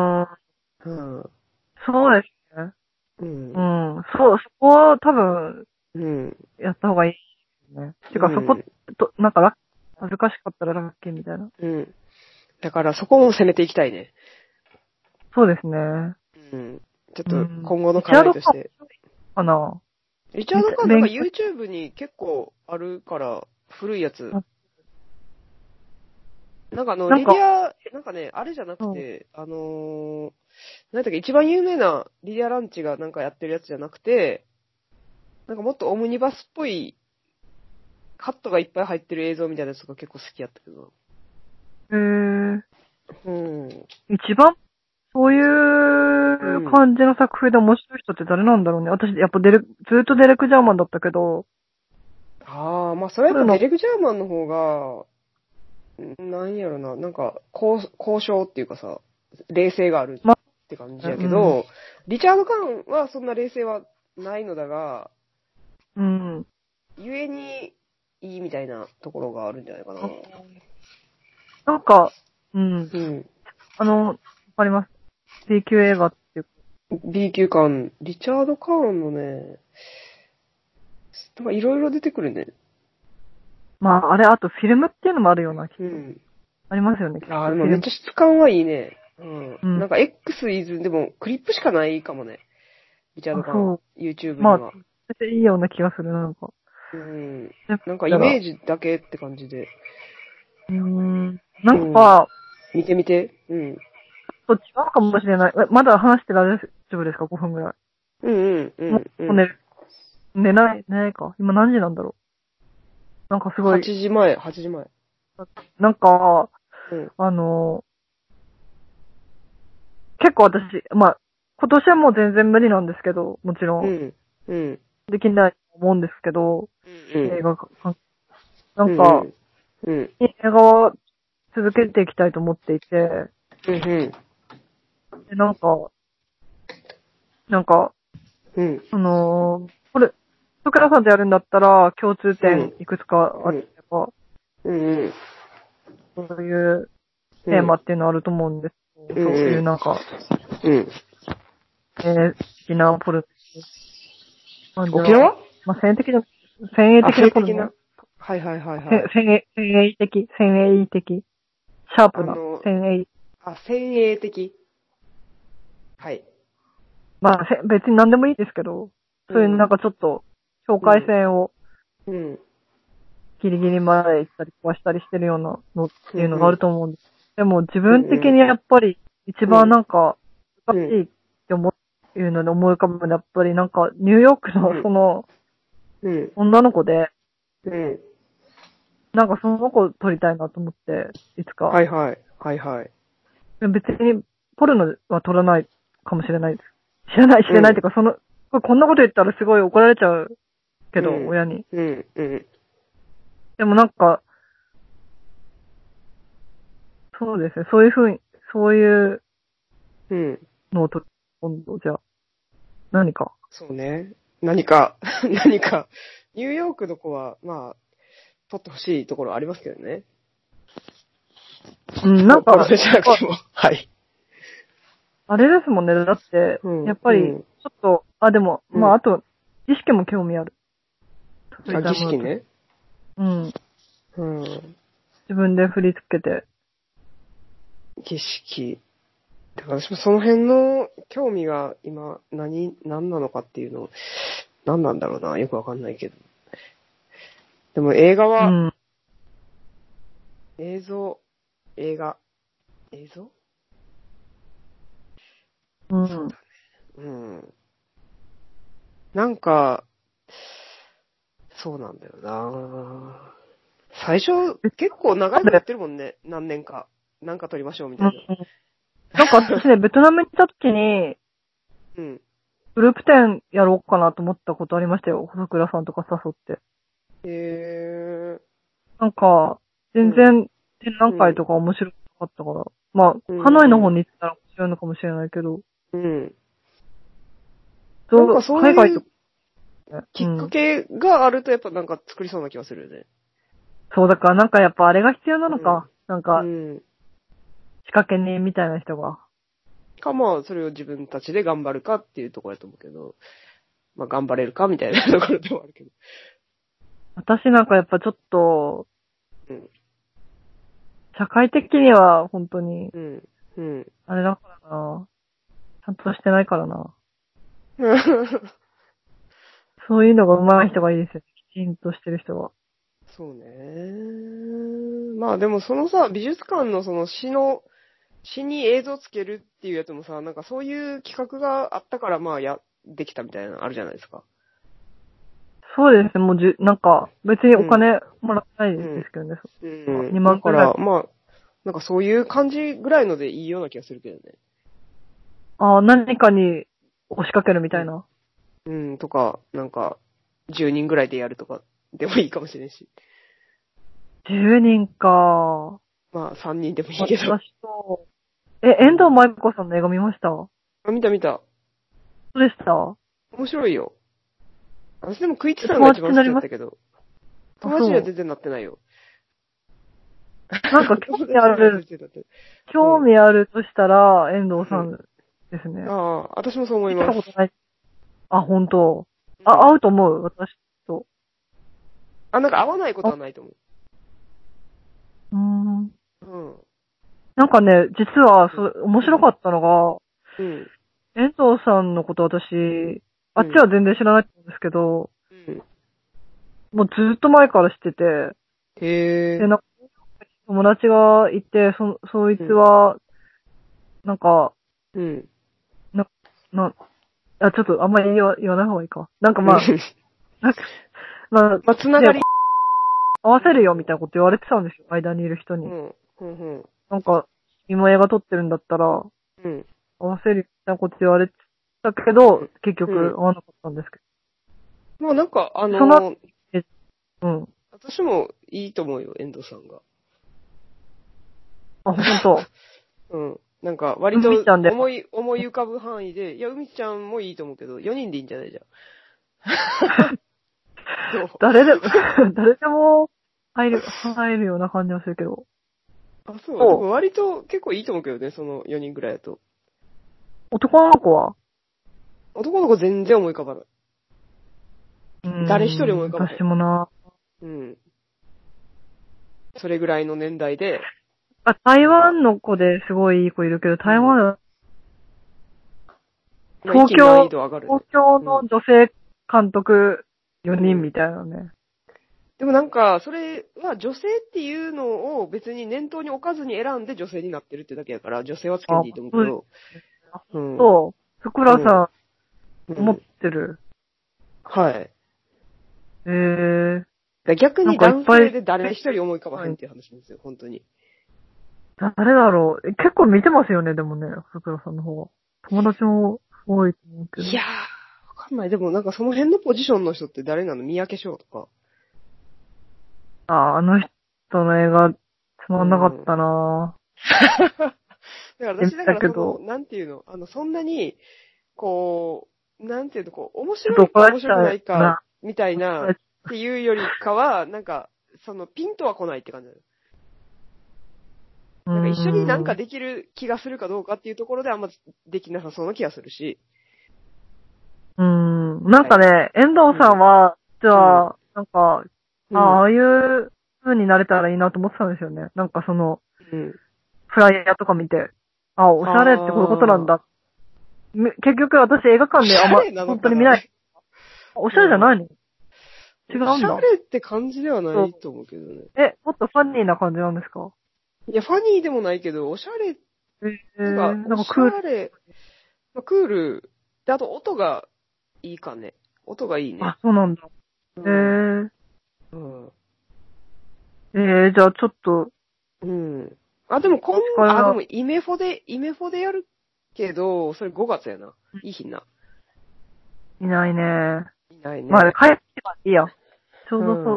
そうですね。そう、そこは多分、やった方がいいですね。てかそこ、なんか恥ずかしかったらラッキーみたいな。 だからそこも攻めていきたいね。 そうですね。 ちょっと今後の課題として。 かな。 リチャード・カーなんか YouTube に結構あるから、古いやつ。なんかリディア、なんかね、あれじゃなくて、なんだっけ、一番有名なリディア・ランチがなんかやってるやつじゃなくて、なんかもっとオムニバスっぽい、カットがいっぱい入ってる映像みたいなやつが結構好きやったけど。 一番そういう感じの作風で面白い人って誰なんだろうね。私、やっぱずっとデレク・ジャーマンだったけど。 まあそれやっぱデレク・ジャーマンの方が、なんやろな、なんか、交渉っていうかさ、冷静があるって感じやけど、リチャード・カーンはそんな冷静はないのだが、 うん。 ゆえにいいみたいなところがあるんじゃないかな。 なんか、うん。 うん。 わかります。B 級映画っていう。 B 級感、リチャード・カーンのね、なんかいろいろ出てくるね。 まあ、あれ、あとフィルムっていうのもあるような、きっと。 うん。 ありますよね、きっと。 あ、でもめっちゃ質感はいいね。うん。 うん。 なんか X イズ、でもクリップしかないかもね。リチャード・あ、 カーン。 そう。 YouTube まあ、 には。 それでいいような気がする、なんか。 うん。 だなんかイからメージだけって感じで。 なうん。 んか、 見てみて。うん。 ちょっと違うかもしれない。まだ話して大丈夫ですか？ 5 分ぐらい。 うんうんうもんうん。 う寝ないか。今何時なんだろう。なんかすごい、 8時前、8時前。 なんか、 うん。 あの、結構私、まあ、今年はもう全然無理なんですけど、もちろん、 うん。うん。 できないと思うんですけど、 うん。 映画か、なうん。 んか、 うん。 映画は続けていきたいと思っていて、 うん。 で、なんか、 うん。 これ、徳田さんとやるんだったら、共通うん。 点いくつかあってば、 うん。 そういううん。 テーマっていうのあると思うんですけど、 うん。 そういううん。 的なポルノ。まあ、じゃあ、 沖縄まあ、先鋭あ、 的なポルノ性的な。はいはいはいはい。 先鋭的、シャープな、 あの、 先鋭。 先鋭的。はい。 まあ、別に何でもいいですけど、そういううん。 ちょっと、境界線をうん。 ギリギリまで行ったり壊したりしてるようなのっていうのがあるうん。 と思うんです。でも自うん。 分的にやっぱり一番うん。 難しうん。 いっていうので思い浮かぶのはやっぱりニューヨークのうん。 そのうん。 女の子で、 うん。 その子撮りたいなと思って、いつか。 はいはい。はいはい。 別にポルノは撮らないかもしれないです。知うん。 らないっていうか、こんなこと言ったらすごい怒られちゃうけど、 うん。 親に。 うん。うん。 でもそうですね、そういううん。 のを撮る、今度、じゃあ、何か。 そうね。何か、何か、ニューヨークの子は、まあ、取ってほしいところありますけどね。 うん、 ポルノじゃなくても。はい。 あれですもんね。だって、 うん。 やっぱり、 うん。 ちょっと、でも、 うん。 あと、儀式も興味ある。撮りた儀いものと。 式ね。 うん。 うん。 自分で振り付けて。 儀式。だから私もその辺の興味が今、何なのかっていうの、何なんだろうな。よくわかんないけど。でも映画は、 うん。 映像、映画、映像うん。 そうだね。うん。なんか、そうなんだよな。最初、結構長いこと言ってるもんね。何年か。なんか撮りましょうみたいな。 うん私ね、ベトナムに行った時に、 うん。 グループ展やろうかなと思ったことありましたよ。細倉さんとか誘って。 へ全うん。 然展覧会とか面白かったから。まあ、 うハノイの方ん。 に行ったら面白いのかもしれないけど、 うん。なんかそう海外とかいうね、 きっかけがあるとやっぱなんか作りそうな気がするよね。 そう、だからやっぱあれが必要なのか。 うん。うん。 仕掛け人みたいな人が。 か、まあ、それを自分たちで頑張るかっていうところだと思うけど、まあ、頑張れるかみたいなところでもあるけど。 私やっぱちょっと、 うん。 社会的には本当に、 うん。うん。 あれだからな。ちゃんとしてないからな。そういうのが上手い人がいいですよ。きちんとしてる人は。 そうね。まあでもそのさ、美術館のその詩に映像つけるっていうやつもさ、なんかそういう企画があったからまあできたみたいなのあるじゃないですか。 そうですね。もう別にうん。 お金もらってないうん。 ですけどね。 う 2 ん。だ万くらい。 から、まあ、なんかそういう感じぐらいのでいいような気がするけどね。 何かに押しかけるみたいな。 うん、とか、なんか、10人ぐらいでやるとかでもいいかもしれんし。 10人か。 まあ、3人でもいいけど。 私と、遠藤舞子さんの映画見ました？ あ、見た見た。 そうでした？ 面白いよ。 私でもクイッチさんが一番好きだったけど。友達には全然なってないよ。 なんか興味ある、興味あるとしたら、遠藤さんですね。 ああ、私もそう思います。 見たことない。あ、本当。あ、合うと思う、私と。 あ、なんか合わないことはないと思う。 なんかね、実は、面白かったのが、遠藤さんのこと私、あっちは全然知らないんですけど、もうずっと前から知ってて、で、なんか、友達がいて、そいつは、なんか、ちょっとあんまり言わない方がいいか。なんかまあ、 つながり、 合わせるよみたいなこと言われてたんですよ、間にいる人に。なんか、今映画撮ってるんだったら、合わせるみたいなこと言われてたけど、結局合わなかったんですけど。まあなんか、私もいいと思うよ、遠藤さんが。 あ、ほんと。 なんか、割と思い浮かぶ範囲で、いや、海ちゃんもいいと思うけど、4人でいいんじゃないじゃん。 誰でも入るような感じはするけど。 あ、そう。でも割と結構いいと思うけどね、その4人ぐらいだと。 男の子は？ 男の子全然思い浮かばない。誰一人思い浮かばない。 私もな。 それぐらいの年代で。 台湾の子ですごいいい子いるけど、台湾東京の女性監督4人みたいなね。 でもなんか、それは女性っていうのを別に念頭に置かずに選んで女性になってるってだけだから、女性はつけんでいいと思うけど。 そう。ふくらさん、思ってる。 はい。 逆逆に男性で誰一人思い浮かばへんっていう話なんですよ、本当に。 誰だろう。結構見てますよね、でもね、ふくらさんの方は。友達も多いと思うけど。 いやー、わかんない。でもなんかその辺のポジションの人って誰なの？三宅翔とか。 あの人の映画、つまんなかったなだから私だからなんていうの、そんなに、こう、なんていうの、こう、面白いか面白くないか、みたいな、っていうよりかは、なんか、ピンとは来ないって感じだよ。なんか一緒になんかできる気がするかどうかっていうところであんまできなさそうな気がするし。 なんかね、遠藤さんは、実は、なんか、ああいう風になれたらいいなと思ってたんですよね。なんかフライヤーとか見て、おしゃれってこういうことなんだ。結局私映画館で本当に見ない。おしゃれじゃないの？違うんだ。 おしゃれって感じではないと思うけどね。 もっとファニーな感じなんですか？ いや、ファニーでもないけど、おしゃれ、なんかクール。クール。で、あと音がいいかね。音がいいね。 あ、そうなんだ。じゃあちょっと。 でもでもイメフォでやるけど、それ5月やな。いい日な。 いないね。 いないね。 まあ、帰ってはいいや。ちょうどそう。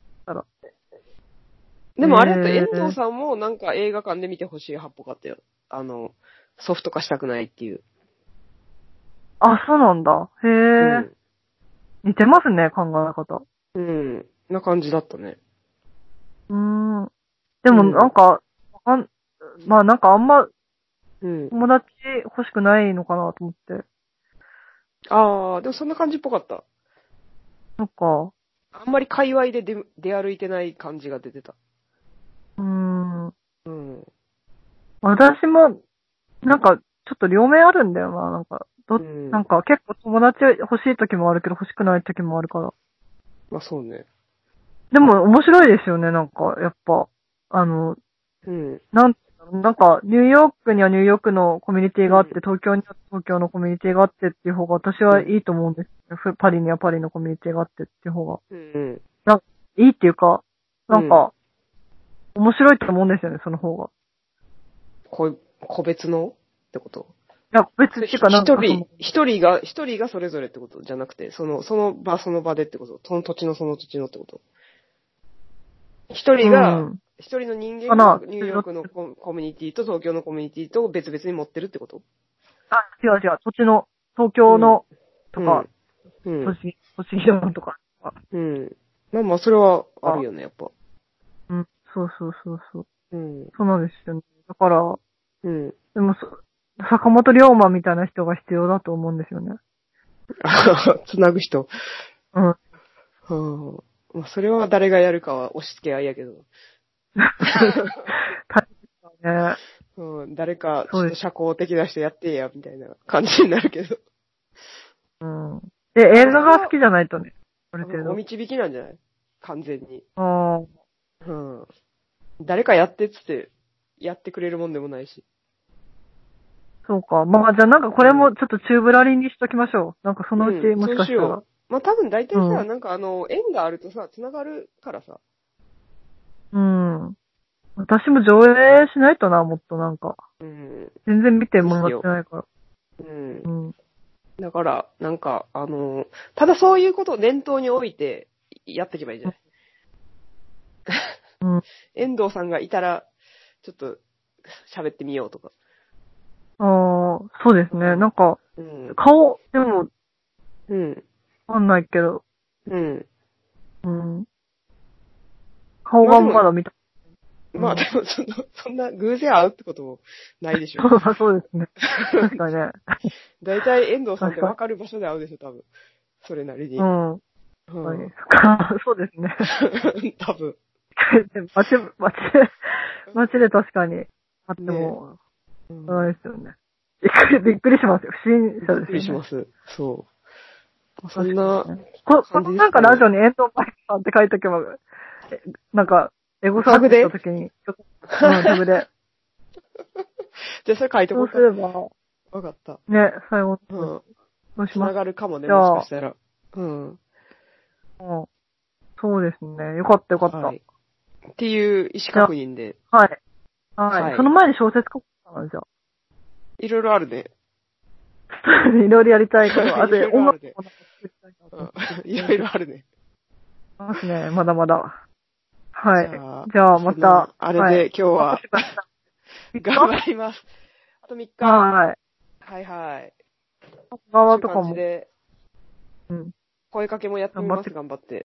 でもあれだと遠藤さんもなんか映画館で見てほしい派っぽかったよ。ソフト化したくないっていう。あ、 そうなんだ。へえ。似てますね、考え方。 な感じだったね。 でもなんか、まあなんかあんま、友達欲しくないのかなと思って。 でもそんな感じっぽかった。 なんか。 あんまり界隈で出歩いてない感じが出てた。 私も、なんか、ちょっと両面あるんだよな、なんか。なんか結構友達欲しい時もあるけど欲しくない時もあるから。 まあそうね。 でも面白いですよね、なんか、やっぱ。なんか、ニューヨークにはニューヨークのコミュニティがあって、東京には東京のコミュニティがあってっていう方が私はいいと思うんですよ。パリにはパリのコミュニティがあってっていう方が。いいっていうか、なんか、面白いと思うんですよね、その方が。 個別のってこと？ いや、別っていうかなんか一人がそれぞれってことじゃなくて、その場でってこと？その土地のってこと？一人の人間がニューヨークのコミュニティと東京のコミュニティと別々に持ってるってこと？ 違う。土地の、東京の、とか、 うん。 栃木ドームとか。 うん。まあまあ、それはあるよね、やっぱ。 うん。そうそうそうそう。 うん。 そうなんですよね。だから、 うん。 でも坂本龍馬みたいな人が必要だと思うんですよね。 つなぐ人。 うん。 うん。まあ、それは誰がやるかは押し付け合いやけど。 大変だね。 うん。誰か、ちょっとそうです。 社交的な人やってや、みたいな感じになるけど。 うん。で、映画が好きじゃないとね。ある程お度。 導きなんじゃない完全に。 ああ。 うん。誰かやってっつって、やってくれるもんでもないし。 そうか。まあ、じゃあなんかこれもちょっとチューブラリンにしときましょう。なんかそのうち、 うん、 もしかしたら。 そうしよう。まあ、多分大体さ、 うん。 なんか縁があるとさ、繋がるからさ。 うん。私も上映しないとな、もっとなんか。 うん。 全然見てもらっいいっすよ。 てないから。 うん。 うん。 だから、なんか、ただそういうことを念頭に置いて、やっていけばいいんじゃない？ うん。 遠藤さんがいたら、ちょっと、喋ってみようとか。 ああ、そうですね。なんか、 うん。 顔、でも、 うん。 わかんないけど、 うん。 うん。顔がまあでも、 まだ見た。 まあでも、そんな偶然会うってこともないでしょ。 そうですね。確かにね。 大体遠藤さんって確かに。 分かる場所で会うでしょ、多分。それなりに。 うん。はい。 うん。 そうですね。 多分。 街で確かにあってねも、 え。うん。 あれですよね。びっくりしますよ。不審者びっくですよね。 りします。そう。そん確なかにね。こ感じのですかね。 なんかラジオに遠藤マイクさんって書いとけば、なんか、エゴサーチしタグでたときに、タグで。 じゃあそれ書いとそうこうか。 すれば、 わかった。 ね、最後うん。 そうしつなます。 がるかもね、もしじゃあ、 かしたら。うん。 うんそうですね。よかったよかった。 はい。っていう意思じゃ確認で。 あ、はい。はい。 はい。 その前に小説書こうかな、じゃあ。 いろいろあるね。 いろいろやりたいこと。あと、 いろいろ音あるね。 楽もなんか作りたいなとうん。 思って。 いろいろあるね。 ますね。まだまだ。はい。 じゃあまた。 あれはい。 で今日は、頑張ります。あと3日。 はい。 はいはい。 側というとかも。 感じで、 うん。 声かけもやってみます、頑張って。